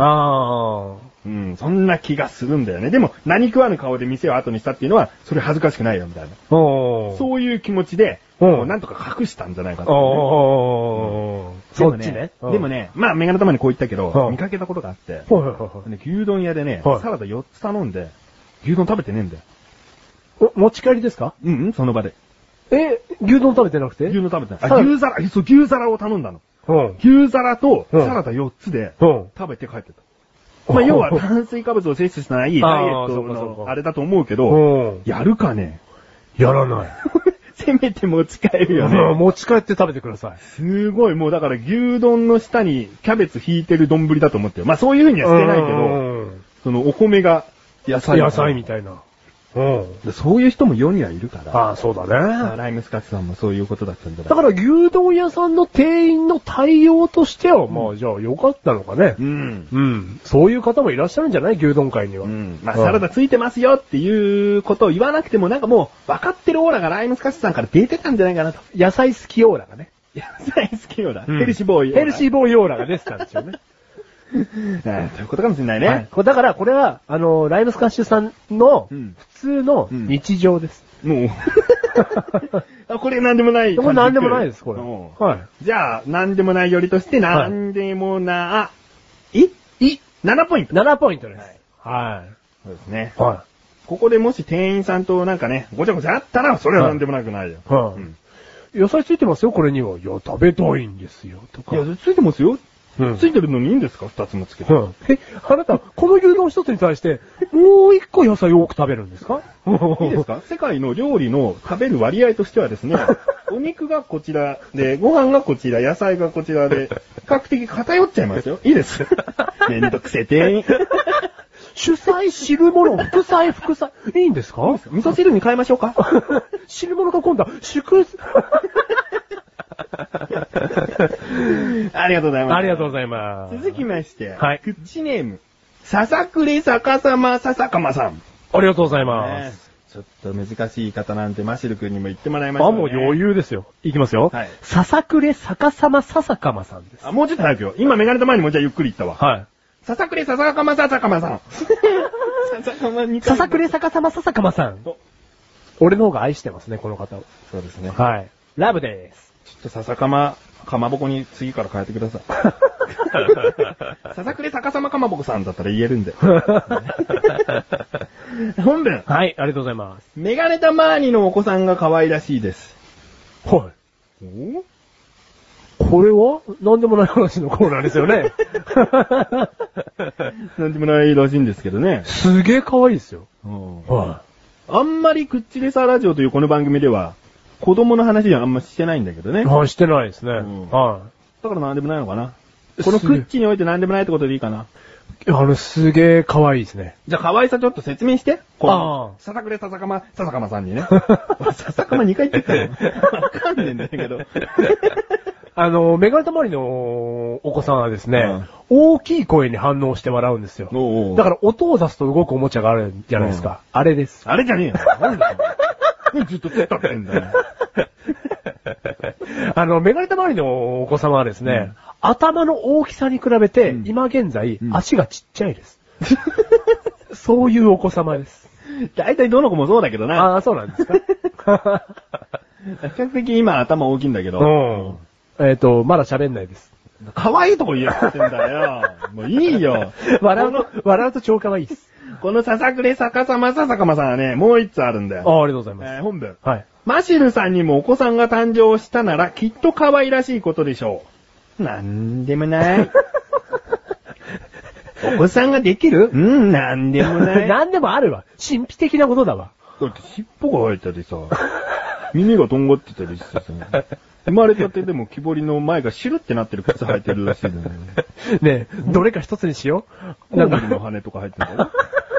そんな気がするんだよね。でも、何食わぬ顔で店を後にしたっていうのは、それ恥ずかしくないよ、みたいな。そういう気持ちで、なんとか隠したんじゃないかと。 そっちね。 でもね、メガネたまにこう言ったけど、見かけたことがあって、牛丼屋でね、サラダ4つ頼んで、牛丼食べてねえんだよ。 持ち帰りですか？ その場で。 牛丼食べてなくて？ 牛丼食べてない。牛皿を頼んだの。牛皿とサラダ4つで、食べて帰ってた。要は炭水化物を摂取しないダイエットのあれだと思うけど、やるかね？ やらない。 せめて持ち帰るよね。 持ち帰って食べてください。 すごい、もうだから牛丼の下にキャベツ引いてる丼だと思ってよ。そういう風にはしてないけど、そのお米が野菜みたいな。 そういう人も世にはいるから。 そうだね。 ライムスカッシュさんもそういうことだったんじゃない？ だから牛丼屋さんの店員の対応としては、じゃあ良かったのかね。そういう方もいらっしゃるんじゃない？牛丼界には。 サラダついてますよっていうことを言わなくてもなんかもう分かってるオーラがライムスカッシュさんから出てたんじゃないかなと。 野菜好きオーラがね。 野菜好きオーラ。ヘルシーボーイオーラ。 ヘルシーボーイオーラが出てたんですよね。 ということかもしれないね。 だから、これは、ライムスカッシュさんの、普通の日常です。 もう。これなんでもない。 これなんでもないです、これ。 じゃあ、なんでもないよりとして、なんでもな、7ポイント。 7ポイントです。 そうですね。ここでもし店員さんとなんかね、ごちゃごちゃあったら、それはなんでもなくないよ。 野菜ついてますよ、これには。いや、食べたいんですよ、とか。 いや、ついてますよ。ついてるのにいいんですか？2つもつけて。 あなた、この牛丼1つに対して、もう1個野菜多く食べるんですか？ いいですか？世界の料理の食べる割合としてはですね、お肉がこちらで、ご飯がこちら、野菜がこちらで、比較的偏っちゃいますよ。いいです。めんどくせえ店員。 主菜、汁物、副菜。いいんですか？ 味噌汁に変えましょうか？ 汁物が今度は、 ありがとうございます。 ありがとうございます。 続きまして、 クッチネーム、笹栗逆さま笹かまさん。 ありがとうございます。 ちょっと難しい言い方なんてマシル君にも言ってもらいましたね。 もう余裕ですよ。いきますよ。笹栗逆さま笹かまさんです。 もうちょっと早くよ。今メガネた前にもうじゃあゆっくり言ったわ。 笹くれ笹かま笹かまさん。 笹くれ笹かま笹かまさん。俺の方が愛してますね、この方を。 そうですね。 はい。ラブです。 ちょっと笹かま、かまぼこに次から変えてください。笹くれ笹かまかまぼこさんだったら言えるんで。本文。 はい、ありがとうございます。 メガネタマーニのお子さんが可愛らしいです。 はい。これはなんでもない話のコーナーですよね。 なんでもないらしいんですけどね。 すげえ可愛いですよ。 はい。あんまりクッチレサラジオというこの番組では、子供の話はあんましてないんだけどね。 はい、してないですね。はい。 だからなんでもないのかな。このクッチにおいてなんでもないってことでいいかな。 すげえ可愛いですね。 じゃあ可愛さちょっと説明して。笹くれ笹かまさんにね。笹かま2回言ってたよ。わかんねえんだけど。 メガネたまりのお子さんはですね、大きい声に反応して笑うんですよ。だから音を出すと動くおもちゃがあるじゃないですか。あれです。 あれじゃねえよ。なんだよ。ずっと突っ立ってんだよ。 メガネたまりのお子様はですね、頭の大きさに比べて、今現在、足がちっちゃいです。そういうお子様です。 大体どの子もそうだけどな。 ああ、そうなんですか。 比較的今頭大きいんだけど。 まだ喋んないです。 可愛いとこ言ってんだよ。もういいよ。 笑うと超可愛いです。 この笹くれ笹かま笹かまさんはね、もう一つあるんだよ。 ありがとうございます。 本文。 はい。 マシルさんにもお子さんが誕生したならきっと可愛らしいことでしょう。なんでもない。お子さんができる？なんでもない。 なんでもあるわ。神秘的なことだわ。 だって尻尾が生えたりさ、耳がとんがってたりしてさ、生まれたてでも木彫りの前がシュルってなってる靴履いてるらしいんだよね。 ねえ、どれか一つにしよう。コウモリの羽とか入ってるんだよ。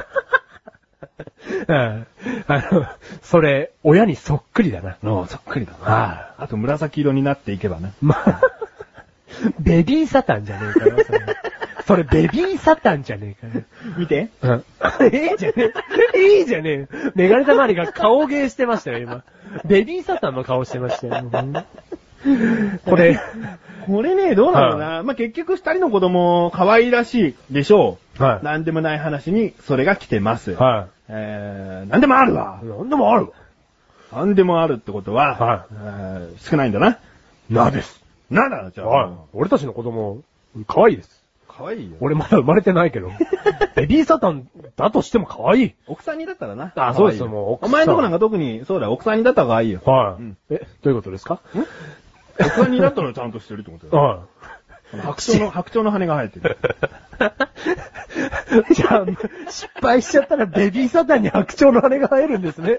それ、親にそっくりだな。 そっくりだな。あと紫色になっていけばね。 ベビーサタンじゃねえかな、それベビーサタンじゃねえかな。 見て。 じゃねえじゃねえ。メガネたまりが顔芸してましたよ、今。ベビーサタンの顔してましたよ。これね、どうなのかな。結局二人の子供可愛らしいでしょう。なんでもない話にそれが来てます。なんでもあるわ。 なんでもあるわ。 なんでもあるってことは、少ないんだな。 なです。 なだ、じゃあ。 俺たちの子供、可愛いです。 可愛いよ。 俺まだ生まれてないけど。ベビーサタンだとしても可愛い。 奥さんにだったらな。 そうですよ、もう。 お前のとこなんか特に、そうだ、奥さんにだったら可愛いよ。 どういうことですか？ 奥さんにだったらちゃんとしてるってことだよ。白鳥の羽が生えてる。 じゃあ、失敗しちゃったらベビーサタンに白鳥の羽が生えるんですね。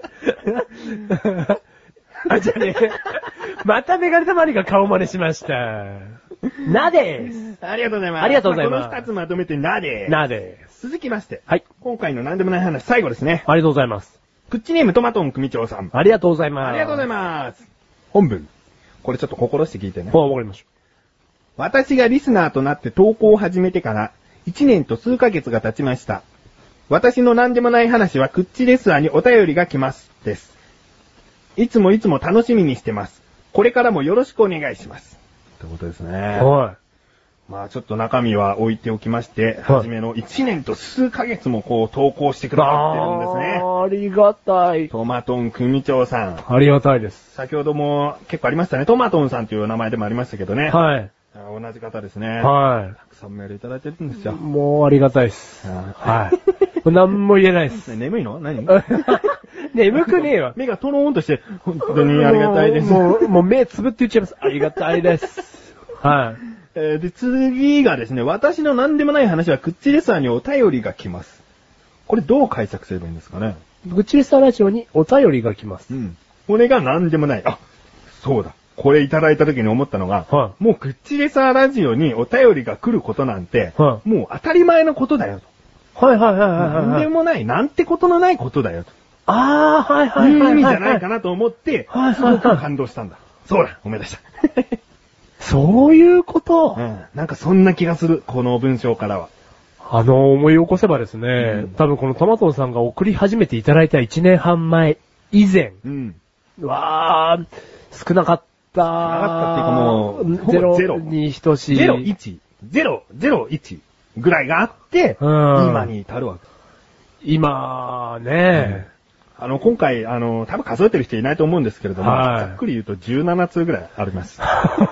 じゃあね、またメガネたまりが顔真似しました。なです。 ありがとうございます。 ありがとうございます。 この二つまとめてなです。 なです。 続きまして。 はい。 今回のなんでもない話、最後ですね。 ありがとうございます。 クッチネームトマトン組長さん。 ありがとうございます。 ありがとうございます。本文。これちょっと心して聞いてね。 わかりました。 私がリスナーとなって投稿を始めてから1年と数ヶ月が経ちました。私のなんでもない話はクッチレスラーにお便りが来ます。です。いつも楽しみにしてます。これからもよろしくお願いします。ってことですね。ちょっと中身は置いておきまして、初めの1年と数ヶ月も投稿してくださってるんですね。 ありがたい。 トマトン組長さん。 ありがたいです。 先ほども結構ありましたね。トマトンさんという名前でもありましたけどね。同じ方ですね。たくさんメールいただいてるんですよ。 もうありがたいです。何も言えないです。 眠いの？何？ 眠くねえわ。 目がトローンとして、本当にありがたいです。 もう目つぶって言っちゃいます。ありがたいです。 で、次がですね、私の何でもない話はクッチレスラーにお便りが来ます。これどう解釈すればいいんですかね？ クッチレスラーラジオにお便りが来ます。 これが何でもない。そうだ。これいただいた時に思ったのが、もうクッチレサーラジオにお便りが来ることなんて、もう当たり前のことだよと。何でもない、なんてことのないことだよと。いう意味じゃないかなと思って、すごく感動したんだ。そうだ、思い出した。 そういうこと、 なんかそんな気がする、この文章からは。 思い起こせばですね、多分このトマトンさんが送り始めていただいた1年半前以前、少なかった。 少なかったっていうかもう、 ゼロに等しい。 01。 ぐらいがあって、今に至るわけ。 今ね、 今回、多分数えてる人いないと思うんですけれども、ざっくり言うと17通ぐらいあります。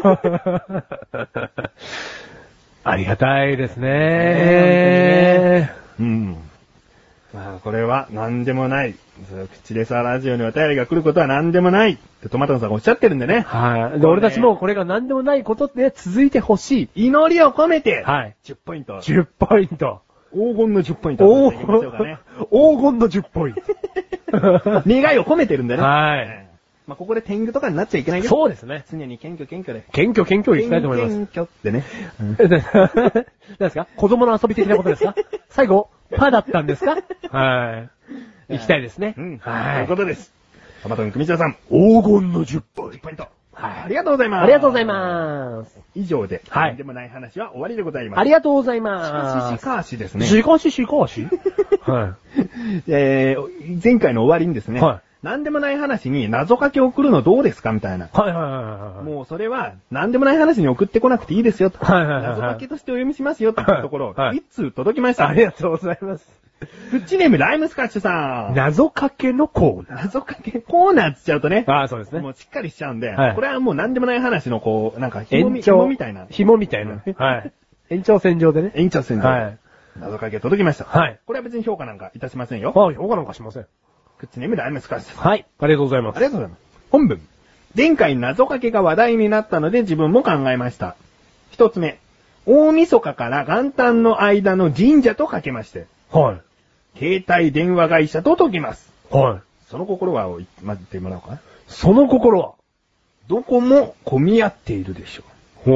ありがたいですね。 まあ、これは何でもない。口レサラジオにお便りが来ることは何でもないってトマトさんがおっしゃってるんでね。 で、俺たちもこれが何でもないことって続いてほしい。 祈りを込めて、10ポイント。 10ポイント。 黄金の10ポイント。黄金の10ポイント。 願いを込めてるんでね。まあ、ここで天狗とかになっちゃいけないよ。 そうですね。 常に謙虚で。 謙虚行きたいと思います。 謙虚ってね。 何ですか？子供の遊び的なことですか？最後、パだったんですか？行きたいですね。 ということです。トマトン組長さん。 黄金の10ポイント。 ありがとうございます。 ありがとうございます。 以上で、何でもない話は終わりでございます。 ありがとうございます。 しかしですね。 しかし前回の終わりにですね。何でもない話に謎かけを送るのどうですかみたいな。もうそれは何でもない話に送ってこなくていいですよと。謎かけとしてお読みしますよっていうところ、一通届きました。 ありがとうございます。 フッチネームライムスカッシュさん。 謎かけのコーナー。 謎かけコーナーって言っちゃうとね。 そうですね。 もうしっかりしちゃうんで、これはもう何でもない話のなんか紐みたいな。 紐みたいな。延長線上でね。 延長線上。謎かけ届きました。これは別に評価なんかいたしませんよ。 評価なんかしません。 フッチネームライムスカッシュさん。 ありがとうございます。 ありがとうございます。本文。前回謎かけが話題になったので自分も考えました。一つ目。大晦日から元旦の間の神社とかけまして。携帯電話会社と解きます。その心はを待ってもらおうかな。 その心はどこも混み合っているでしょう。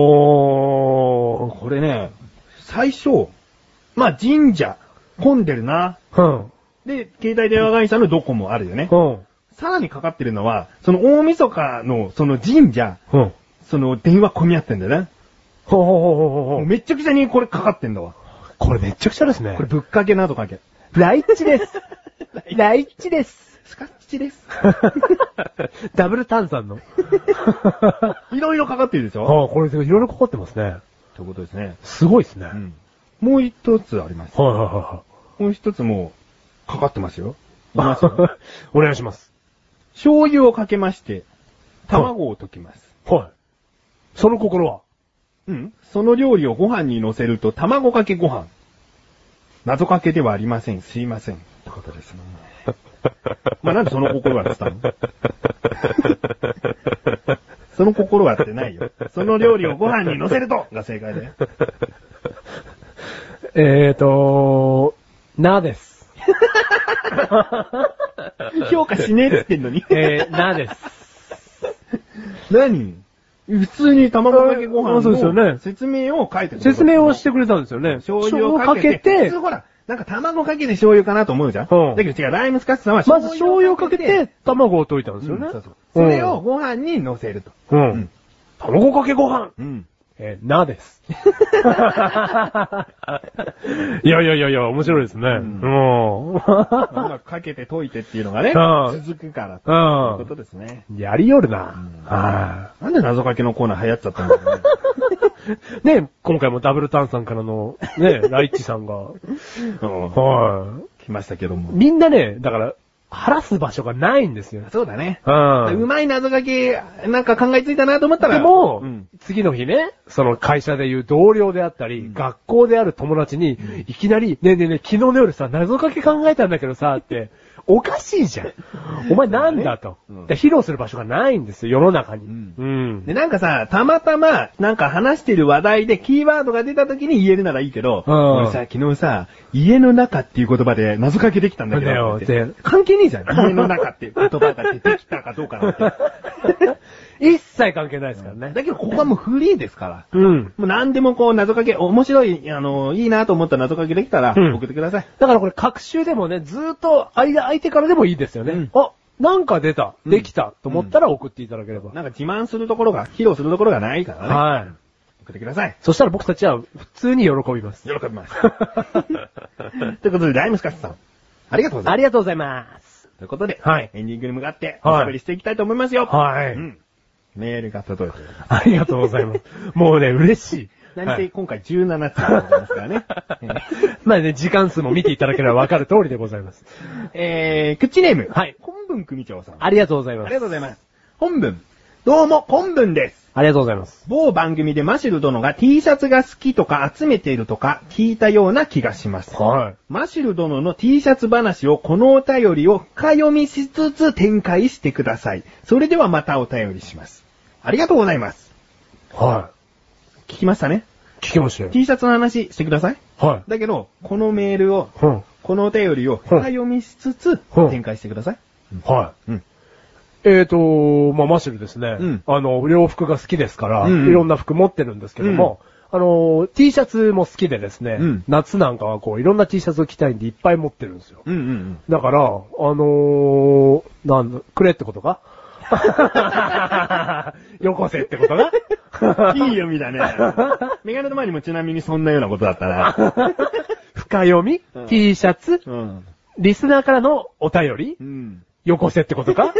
これね、最初、まあ神社、混んでるな。で、携帯電話会社のドコモあるよね。さらにかかってるのは、その大晦日のその神社、その電話混み合ってんだよね。めっちゃくちゃにこれかかってんだわ。 これめっちゃくちゃですね。 これぶっかけなどかけ。 ライッチです。ライッチです。 スカッチです。 ダブル炭酸の。 いろいろかかってるでしょ？ これいろいろかかってますね。 ということですね。 すごいですね。 もう一つあります。もう一つもかかってますよ。いきますよ。 お願いします。 醤油をかけまして、卵を溶きます。 その心は？ その料理をご飯に乗せると卵かけご飯。謎かけではありません。すいません。ってことですね。まあ、なんでその心はって言ったの？その心はってないよ。その料理をご飯に乗せるとが正解だよ。 なです。 評価しねえって言ってんのに。 なです。 何？普通に卵かけご飯の説明を書いてる。 説明をしてくれたんですよね。 醤油をかけて。普通ほら、なんか卵かけて醤油かなと思うじゃん。だけど違う、ライムスカッシュさんはまず醤油をかけて卵を溶いたんですよね。 それをご飯に乗せると。 卵かけご飯。なです。いや、面白いですね。うまくかけて溶いてっていうのがね、続くからということですね。 やりよるな。 なんで謎かけのコーナー流行っちゃったんだろうね。ね、今回もダブルタンさんからの、ね、ライッチさんが、 来ましたけども。 みんなね、だから、晴らす場所がないんですよ。 そうだね。うまい謎かけ、なんか考えついたなと思ったら。 でも、次の日ね、その会社でいう同僚であったり、学校である友達に、いきなり、ねえ、昨日の夜さ、謎かけ考えたんだけどさ、って、おかしいじゃん。お前なんだと。披露する場所がないんですよ、世の中に。 で、なんかさ、たまたま、なんか話してる話題でキーワードが出た時に言えるならいいけど、俺さ、昨日さ、家の中っていう言葉で謎かけできたんだけど、関係ねえじゃん。家の中っていう言葉が出てきたかどうかなんて。 一切関係ないですからね。 だけどここはもうフリーですから。もう何でもこう謎かけ、面白い、いいなと思った謎かけできたら送ってください。 だからこれ各週でもね、ずーっと相手からでもいいですよね。なんか出た、できたと思ったら送っていただければ。 なんか自慢するところが、披露するところがないからね。送ってください。 そしたら僕たちは普通に喜びます。 喜びます。ということで、ライムスカッシュさん。ありがとうございます。 ありがとうございます。 ということで、エンディングに向かって、おしゃべりしていきたいと思いますよ。メールが届いております。 ありがとうございます。もうね、嬉しい。 何せ今回17つでございますからね。 まあね、時間数も見ていただければわかる通りでございます。 クッチネーム。 はい。 本文組長さん。 ありがとうございます。 ありがとうございます。本文。どうも、本文です。 ありがとうございます。 某番組でマシル殿が T シャツが好きとか集めているとか聞いたような気がします。 はい。 マシル殿の T シャツ話をこのお便りを深読みしつつ展開してください。それではまたお便りします。ありがとうございます。 はい。 聞きましたね。 聞きましたよ。 T シャツの話してください。 はい。 だけど、このメールを、このお便りを深読みしつつ展開してください。 はい。まあ、マシルですね。洋服が好きですから、いろんな服持ってるんですけども、T シャツも好きでですね、夏なんかはこう、いろんな T シャツを着たいんでいっぱい持ってるんですよ。だから、くれってことかよこせってことがいい読みだね。メガネの前にもちなみにそんなようなことだったな。 深読み、T シャツ、リスナーからのお便り、よこせってことか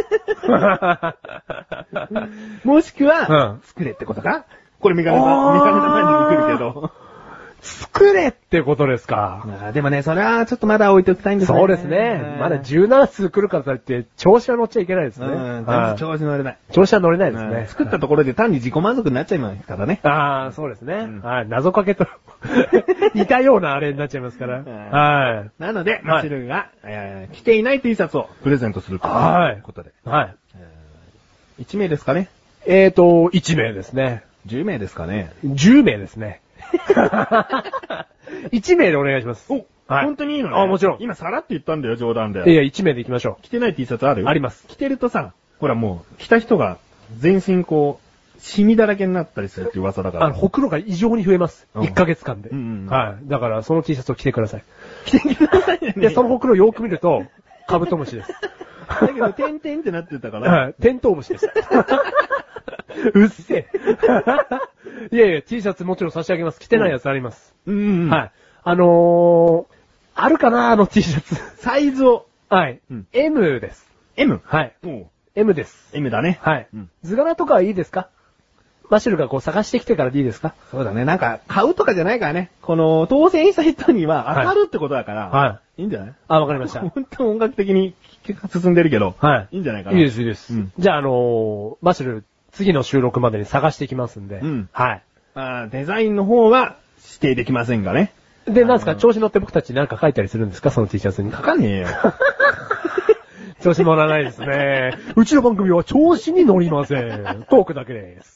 もしくは、作れってことかこれメガネの前に来るけど。 作れってことですか。 でもね、それはちょっとまだ置いておきたいんですね。 そうですね。まだ17数来るからといって、調子は乗っちゃいけないですね。 調子乗れない。 調子は乗れないですね。 作ったところで単に自己満足になっちゃいますからね。 ああ、そうですね。はい。謎かけと似たようなあれになっちゃいますから。はい。 なので、マシルが着ていない T シャツをプレゼントするということで。はい。1名ですかね。 1名ですね。 10名ですかね。 10名ですね。1名でお願いします。 本当にいいのね。 あ、もちろん。 今さらって言ったんだよ、冗談で。 いや、1名で行きましょう。着てない T シャツある？ あります。 着てるとさ、ほらもう、着た人が全身こう、シミだらけになったりするっていう噂だから。 ほくろが異常に増えます。1ヶ月間で。はい。だから、その T シャツを着てください。 着てくださいね。 で、そのほくろよく見ると、カブトムシです。 だけど、点々ってなってたから。 はい。テントウムシでした。うっせえ。いやいや、T シャツもちろん差し上げます。着てないやつあります。はい。あるかなT シャツ。 サイズを。 はい。M です。 M？ はい。M です。 M だね。 はい。図柄とかはいいですか？マシュルがこう探してきてからでいいですか？ そうだね。なんか、買うとかじゃないからね。この、当選した人には当たるってことだから。はい。いいんじゃない？ あ、わかりました。 本当音楽的に進んでるけど。 はい。 いいんじゃないかな。 いいです、いいです。じゃあ、マシュル、次の収録までに探してきますんで。はい。 デザインの方は指定できませんがね。 で、なんすか、調子乗って僕たちなんか書いたりするんですかその T シャツに。 書かねえよ。 調子乗らないですね。うちの番組は調子に乗りません。トークだけです。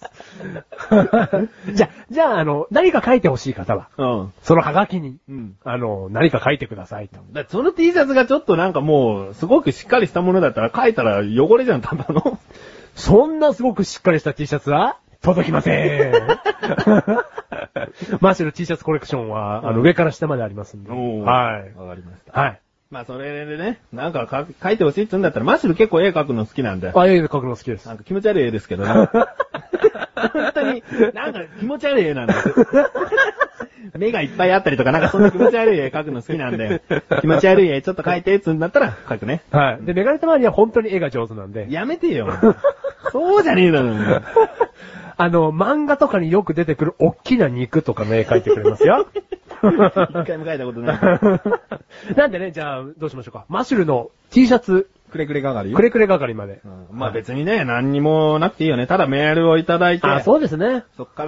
じゃあ、何か書いてほしい方は、そのハガキに、何か書いてくださいと。 その T シャツがちょっとなんかもう、すごくしっかりしたものだったら書いたら汚れじゃん、ただの。 そんなすごくしっかりした T シャツは届きません。マーシュル T シャツコレクションは、上から下までありますんで。はい。 わかりました。 はい。 まあ、それでね、なんか書いてほしいって言うんだったら、マーシュル結構絵描くの好きなんで。 絵描くの好きです。 なんか気持ち悪い絵ですけどね。本当に、なんか気持ち悪い絵なんです。目がいっぱいあったりとか、なんかそんな気持ち悪い絵描くの好きなんで、気持ち悪い絵ちょっと描いてって言うんだったら描くね。 はい。で、メガネたまには本当に絵が上手なんで。 やめてよ。そうじゃねえだろ。 漫画とかによく出てくる大きな肉とかの絵描いてくれますよ。 一回も描いたことない。 なんでね、じゃあ、どうしましょうか。マシュルの T シャツ。 くれくれ係くれくれ係まで。 まあ別にね、何にもなくていいよね。ただメールをいただいて。 あ、そうですね。 そっから、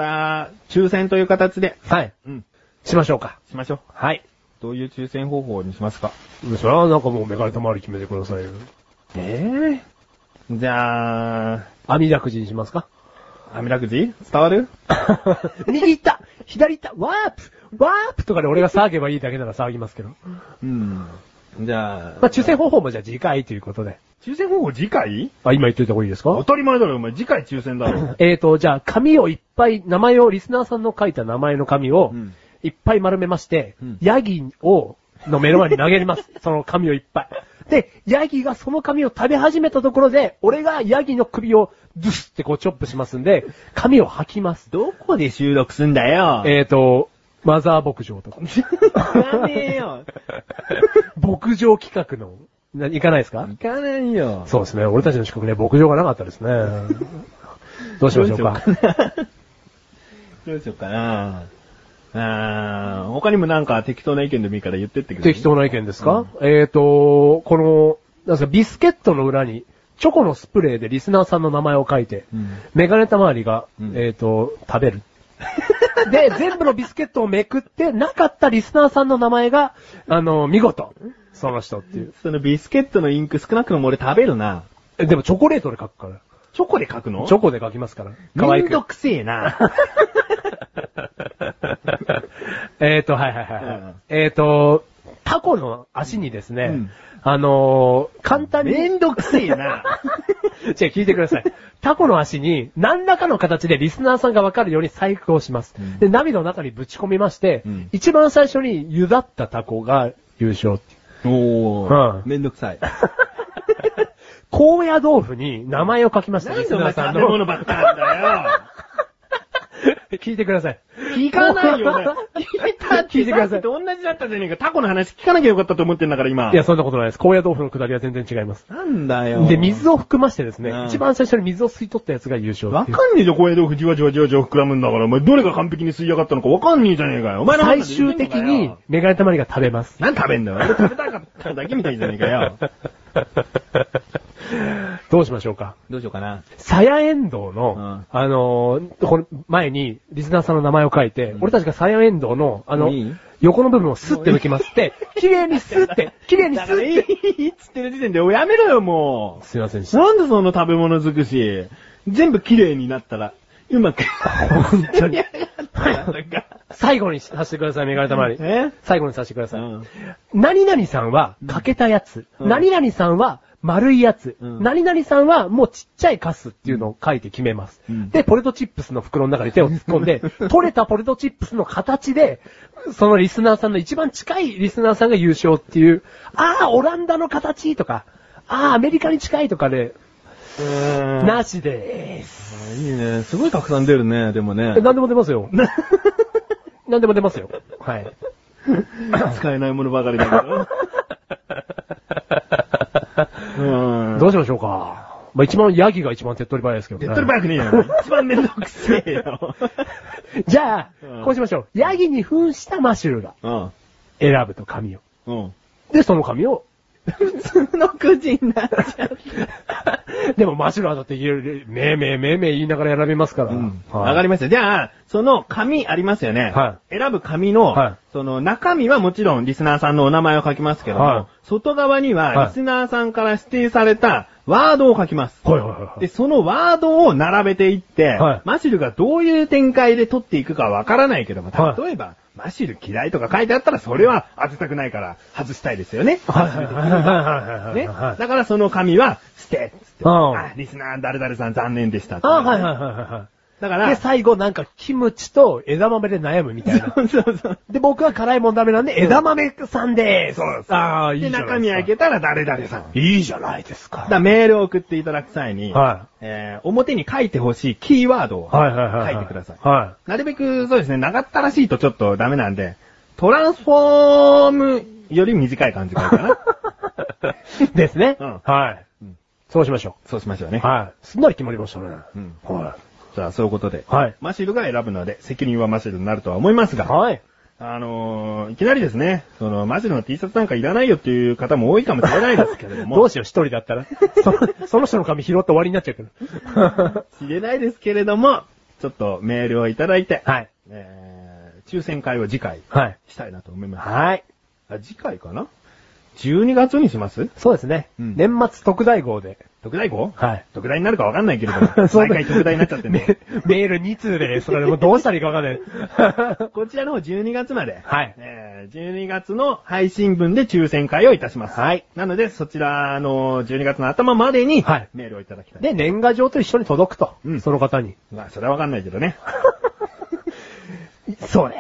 抽選という形で。 はい。しましょうか。 しましょう。 はい。 どういう抽選方法にしますか？ それはなんかもうメガネたまわり決めてくださいよ。 じゃあ、 網だくじにしますか？ 網だくじ伝わる？ 右行った左行ったワープとかで俺が騒げばいいだけなら騒ぎますけど。 じゃあ。 まあ、抽選方法もじゃあ次回ということで。 抽選方法次回？ あ、今言っといた方がいいですか？ 当たり前だろ、お前。次回抽選だろ。 じゃあ、紙をいっぱい、リスナーさんの書いた名前の紙を、いっぱい丸めまして、ヤギの目の前に投げます。その紙をいっぱい。で、ヤギがその紙を食べ始めたところで、俺がヤギの首をドゥスってこうチョップしますんで、紙を吐きます。 どこで収録すんだよ。 マザー牧場とか。 行かねえよ。 牧場企画の、行かないですか？ 行かないよ。 そうですね。俺たちの近くね、牧場がなかったですね。どうしましょうか。 どうしようかな。 他にもなんか適当な意見でもいいから言ってってくれる？ 適当な意見ですか？この、なんすか、ビスケットの裏に、チョコのスプレーでリスナーさんの名前を書いて、メガネたまわりが、食べる。で、全部のビスケットをめくって、なかったリスナーさんの名前が、見事、その人っていう。 そのビスケットのインク少なくとも俺食べるな。 でもチョコレートで書くから。 チョコで書くの？ チョコで書きますから。可愛く。 めんどくせえな。 タコの足にですね、簡単に。 めんどくせえな。 じゃあ聞いてください。タコの足に何らかの形でリスナーさんがわかるように細工をします。で、ナビの中にぶち込みまして、一番最初に湯だったタコが優勝。 めんどくさい。 高野豆腐に名前を書きました。 何でお前食べ物ばっかなんだよ。 聞いてください。 聞かないよね。 聞いてください。 同じだったじゃねえか。タコの話聞かなきゃよかったと思ってんだから今。 いや、そんなことないです。高野豆腐のくだりは全然違います。 なんだよ。 で、水を含ましてですね、一番最初に水を吸い取ったやつが優勝。 わかんねえじゃん、高野豆腐じわじわ膨らむんだから。お前どれが完璧に吸い上がったのかわかんねえじゃねえかよ。お前の最終的にメガネたまりが食べます。 何食べんだよ。俺食べたかっただけみたいじゃねえかよ。 どうしましょうか。 どうしようかな。 サヤエンドウの、これ前にリスナーさんの名前を書いて、俺たちがサヤエンドウの、横の部分をスッて抜きますって、綺麗にスッて、綺麗にスッて。 いいっつってる時点でやめろよ、もう。 すいません。 なんでその食べ物尽くし、全部綺麗になったら、うまく。 本当に。最後にさせてください、メガネたまり。最後にさせてください。何々さんは欠けたやつ。何々さんは丸いやつ。何々さんはもうちっちゃいカスっていうのを書いて決めます。で、ポテトチップスの袋の中に手を突っ込んで、取れたポテトチップスの形で、そのリスナーさんの一番近いリスナーさんが優勝っていう、オランダの形とか、アメリカに近いとかで、なしでーす。 いいね。すごいたくさん出るね、でもね。 何でも出ますよ。何でも出ますよ。はい。 使えないものばかりだけど。 どうしましょうか。まあ、一番、ヤギが一番手っ取り早いですけどね。 手っ取り早くねえよ。一番めんどくせえよ。 じゃあ、こうしましょう。ヤギに扮したマシュルが選ぶと紙を。で、その紙を、 普通のくじになっちゃう。 でもマシュルはだってめー言いながら選べますから。 わかりました。じゃあ、その紙ありますよね。選ぶ紙の、その中身はもちろんリスナーさんのお名前を書きますけども、外側にはリスナーさんから指定されたワードを書きます。で、そのワードを並べていって、マシュルがどういう展開で取っていくかわからないけども、例えば、マシュル嫌いとか書いてあったら、それは当てたくないから外したいですよね。だからその紙は捨てリスナー誰々さん残念でした。だから、 で、最後なんかキムチと枝豆で悩むみたいな。で、僕は辛いもんダメなんで、枝豆さんでーす。 いいじゃないですか。で、中身開けたら誰々さん。 いいじゃないですか。 メールを送っていただく際に、表に書いてほしいキーワードを書いてください。なるべくそうですね、長ったらしいとちょっとダメなんで、トランスフォームより短い感じがいいかな。 ですね。そうしましょう。 そうしましょうね。 すんなり決まりましたね。 じゃあ、そういうことで。マシルが選ぶので、責任はマシルになるとは思いますが。いきなりですね、マシルの T シャツなんかいらないよっていう方も多いかもしれないですけれども。 どうしよう、一人だったら。その人の紙拾って終わりになっちゃうから。 知れないですけれども、ちょっとメールをいただいて、抽選会を次回、したいなと思います。次回かな ?12 月にします？ そうですね。年末特大号で。 特大号？特大になるかわかんないけれども。毎回特大になっちゃってね。 メール2通で、それもどうしたらいいかわかんない。 こちらの方12月まで。12月の配信分で抽選会をいたします。なので、そちらの12月の頭までに、メールをいただきたい。 で、年賀状と一緒に届くと。その方に。 それはわかんないけどね。 そうです。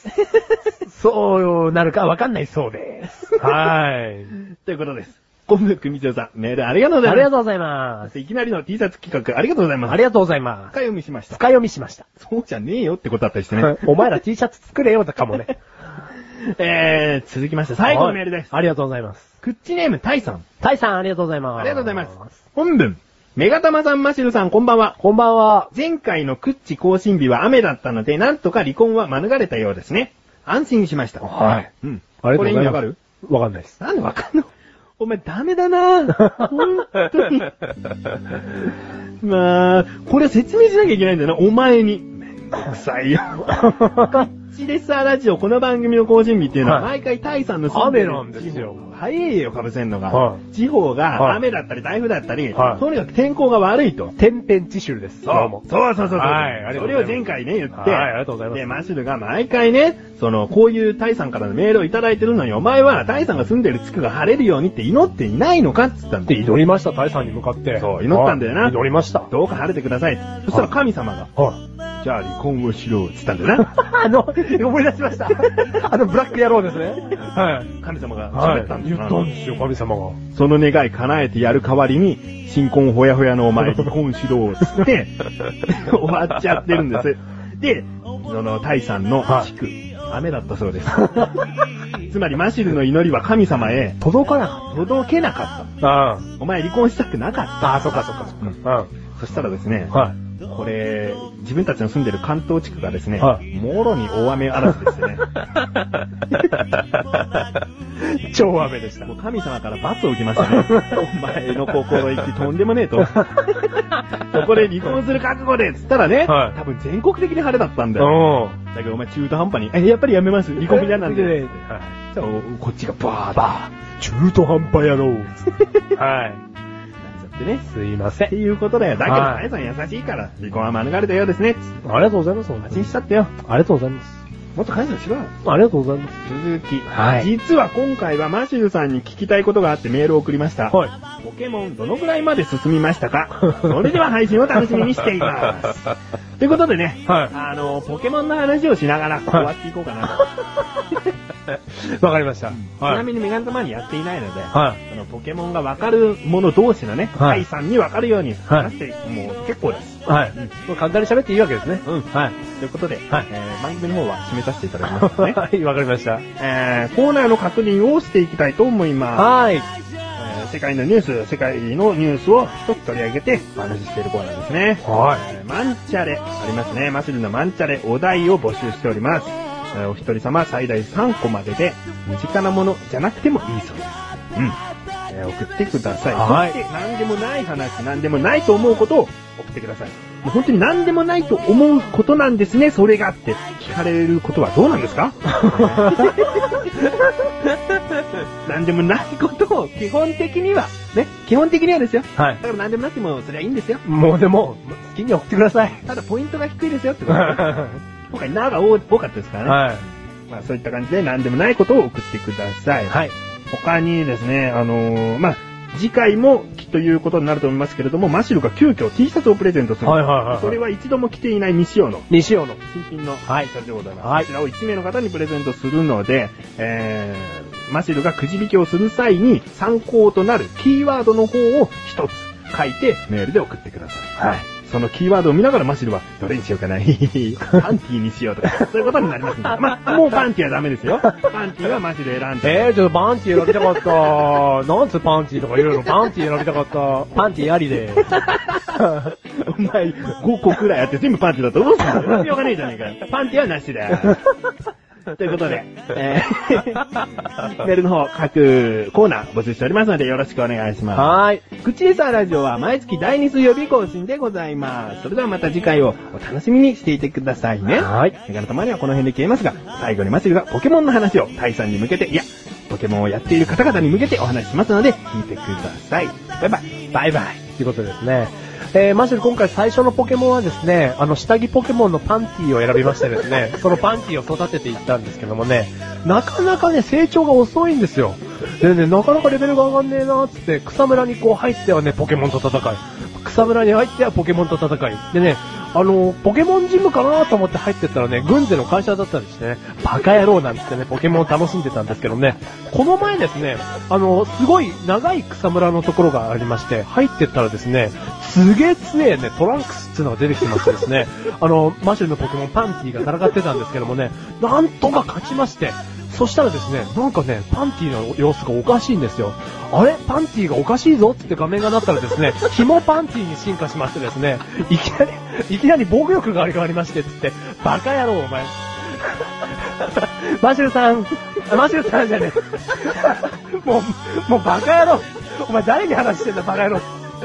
そうなるかわかんないそうです。ということです。コンブックみつよさん、メールありがとうございます。 ありがとうございます。 いきなりの T シャツ企画ありがとうございます。 ありがとうございます。 深読みしました。 深読みしました。 そうじゃねえよってことだったりしてね。 お前ら T シャツ作れよだかもね。 続きまして最後のメールです。 ありがとうございます。 クッチネームタイさん。 タイさんありがとうございます。 ありがとうございます。本文。 メガタマさん、マシルさん、こんばんは。 こんばんは。 前回のクッチ更新日は雨だったので、なんとか離婚は免れたようですね。安心しました。 はい。 うん。あれこれ意味わかる？ わかんないです。 なんでわかんの？お前ダメだな本当に。まあ、これ説明しなきゃいけないんだよな、お前に。めんどくさいよ。チレッサーラジオ、この番組の更新日っていうのは、毎回タイさんの雨なんですよ。 早いよ、かぶせんのが。地方が雨だったり台風だったり、とにかく天候が悪いと。 天変地臭です。 そう。それを前回ね、言って。 はい、ありがとうございます。 で、マシルが毎回ね、こういうタイさんからのメールをいただいてるのに、お前はタイさんが住んでる地区が晴れるようにって祈っていないのかって言ったんだ。 祈りました、タイさんに向かって。 そう、祈ったんだよな。 祈りました。 どうか晴れてください。そしたら神様が、じゃあ離婚をしろ、つったんだよな。 思い出しました。ブラック野郎ですね。 はい。神様が喋ったんですよ。 言ったんですよ、神様が。 その願い叶えてやる代わりに、新婚ほやほやのお前離婚しろ、つって、終わっちゃってるんです。で、タイさんの地区、雨だったそうです。つまりマシルの祈りは神様へ届けなかった。お前離婚したくなかった。 そっか。 そしたらですね、これ、自分たちの住んでる関東地区がですね、もろに大雨嵐ですね。 超雨でした。 もう神様から罰を受けましたね。お前の心意気とんでもねえと。そこで離婚する覚悟でっつったらね、多分全国的に晴れだったんだよ。だけどお前中途半端に、やっぱりやめます。離婚嫌なんで。こっちがバー中途半端やろう。 はい。ね、 すいません。 っていうことだよ。だけど、タイさん優しいから、離婚は免れたようですね。 ありがとうございます。 安心しちゃってよ。 ありがとうございます。 もっと感謝しろよ。 ありがとうございます。 続き。実は今回はマシルさんに聞きたいことがあってメールを送りました。ポケモンどのくらいまで進みましたか？それでは配信を楽しみにしています。ということでね、ポケモンの話をしながら終わっていこうかなと。 わかりました。 ちなみにメガネたまにやっていないので、ポケモンがわかるもの同士のね、タイさんにわかるように話してもう結構です。 簡単に喋っていいわけですね。 ということで、番組の方は締めさせていただきますね。 はい、わかりました。 コーナーの確認をしていきたいと思います。世界のニュースを一つ取り上げてお話ししているコーナーですね。マンチャレ、ありますね。マシルのマンチャレ、お題を募集しております。お一人様最大3個までで、身近なものじゃなくてもいいそうです。送ってください。そして何でもない話、何でもないと思うことを送ってください。もう本当に何でもないと思うことなんですね、それがって聞かれることはどうなんですか？何でもないことを基本的にはですよ。だから何でもなくてもそれはいいんですよ。 もうでも、好きに送ってください。 ただポイントが低いですよってことです。今回なが多かったですからね。そういった感じで何でもないことを送ってください。他にですね、次回もきっということになると思いますけれども、マシルが急遽 T シャツをプレゼントする。それは一度も着ていない未使用の新品の T シャツでございます。こちらを1名の方にプレゼントするので、マシルがくじ引きをする際に参考となるキーワードの方を一つ書いてメールで送ってください。そのキーワードを見ながらマシルはどれにしようかなパンティーにしようとかそういうことになりますんで。もうパンティーはダメですよ。パンティーはマシル選んで。 ちょっとパンティー選びたかった。なんつパンティーとか言うの？パンティー選びたかった。パンティーありで。 お前5個くらいあって全部パンティーだとどうすんの？選びようがねえじゃねえかよ。パンティーはなしだよ。ということで、メールの方、各コーナー募集しておりますのでよろしくお願いします。口レサーラジオは毎月第2水曜日更新でございます。それではまた次回をお楽しみにしていてくださいね。メガネたまにはこの辺で消えますが、最後にマシルがポケモンの話をタイさんに向けて、ポケモンをやっている方々に向けてお話ししますので、聞いてください。バイバイ。 バイバイ。ということですね。マシル今回最初のポケモンはですね、下着ポケモンのパンティーを選びましてですね、そのパンティーを育てていったんですけどもね、なかなかね、成長が遅いんですよ。でね、なかなかレベルが上がんねえなーつって、草むらにこう入ってはね、ポケモンと戦い。草むらに入ってはポケモンと戦い。でね、ポケモンジムかなと思って入ってったらね、軍勢の会社だったりしてね、バカ野郎なんつってね、ポケモンを楽しんでたんですけどね、この前ですね、すごい長い草むらのところがありまして、入ってったらですね、すげえ強えね、トランクスっていうのが出てきてましてですね、マシュルのポケモンパンティが戦ってたんですけどもね、なんとか勝ちまして、 そしたらですね、なんかね、パンティの様子がおかしいんですよ。あれパンティがおかしいぞって画面がなったらですね、紐パンティに進化しましてですね、いきなり防御力がありましてつって、バカ野郎お前。マシュルさんじゃねえ。もうバカ野郎。お前誰に話してんだバカ野郎。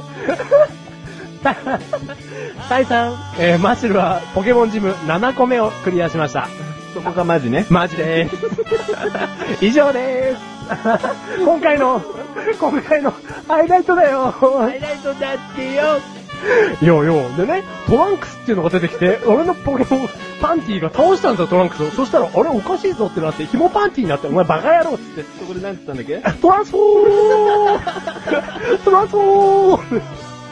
タイさん、マシュルはポケモンジム7個目をクリアしました。 そこがマジね。 マジでーす。以上でーす。今回のハイライトだよ。 ハイライトだってよ。 でね、トランクスっていうのが出てきて、俺のポケモン、パンティが倒したんだよ、トランクスを。そしたら、あれおかしいぞってなって、紐パンティになって、お前バカ野郎っつって。 そこで何て言ったんだっけ？ トランスフォートランスフォー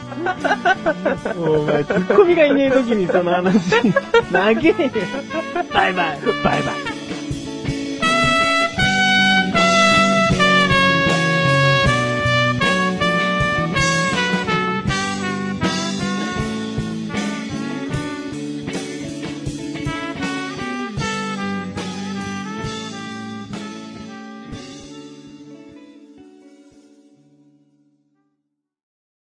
お前、ツッコミがいねえ時にその話、長えよ。 バイバイ。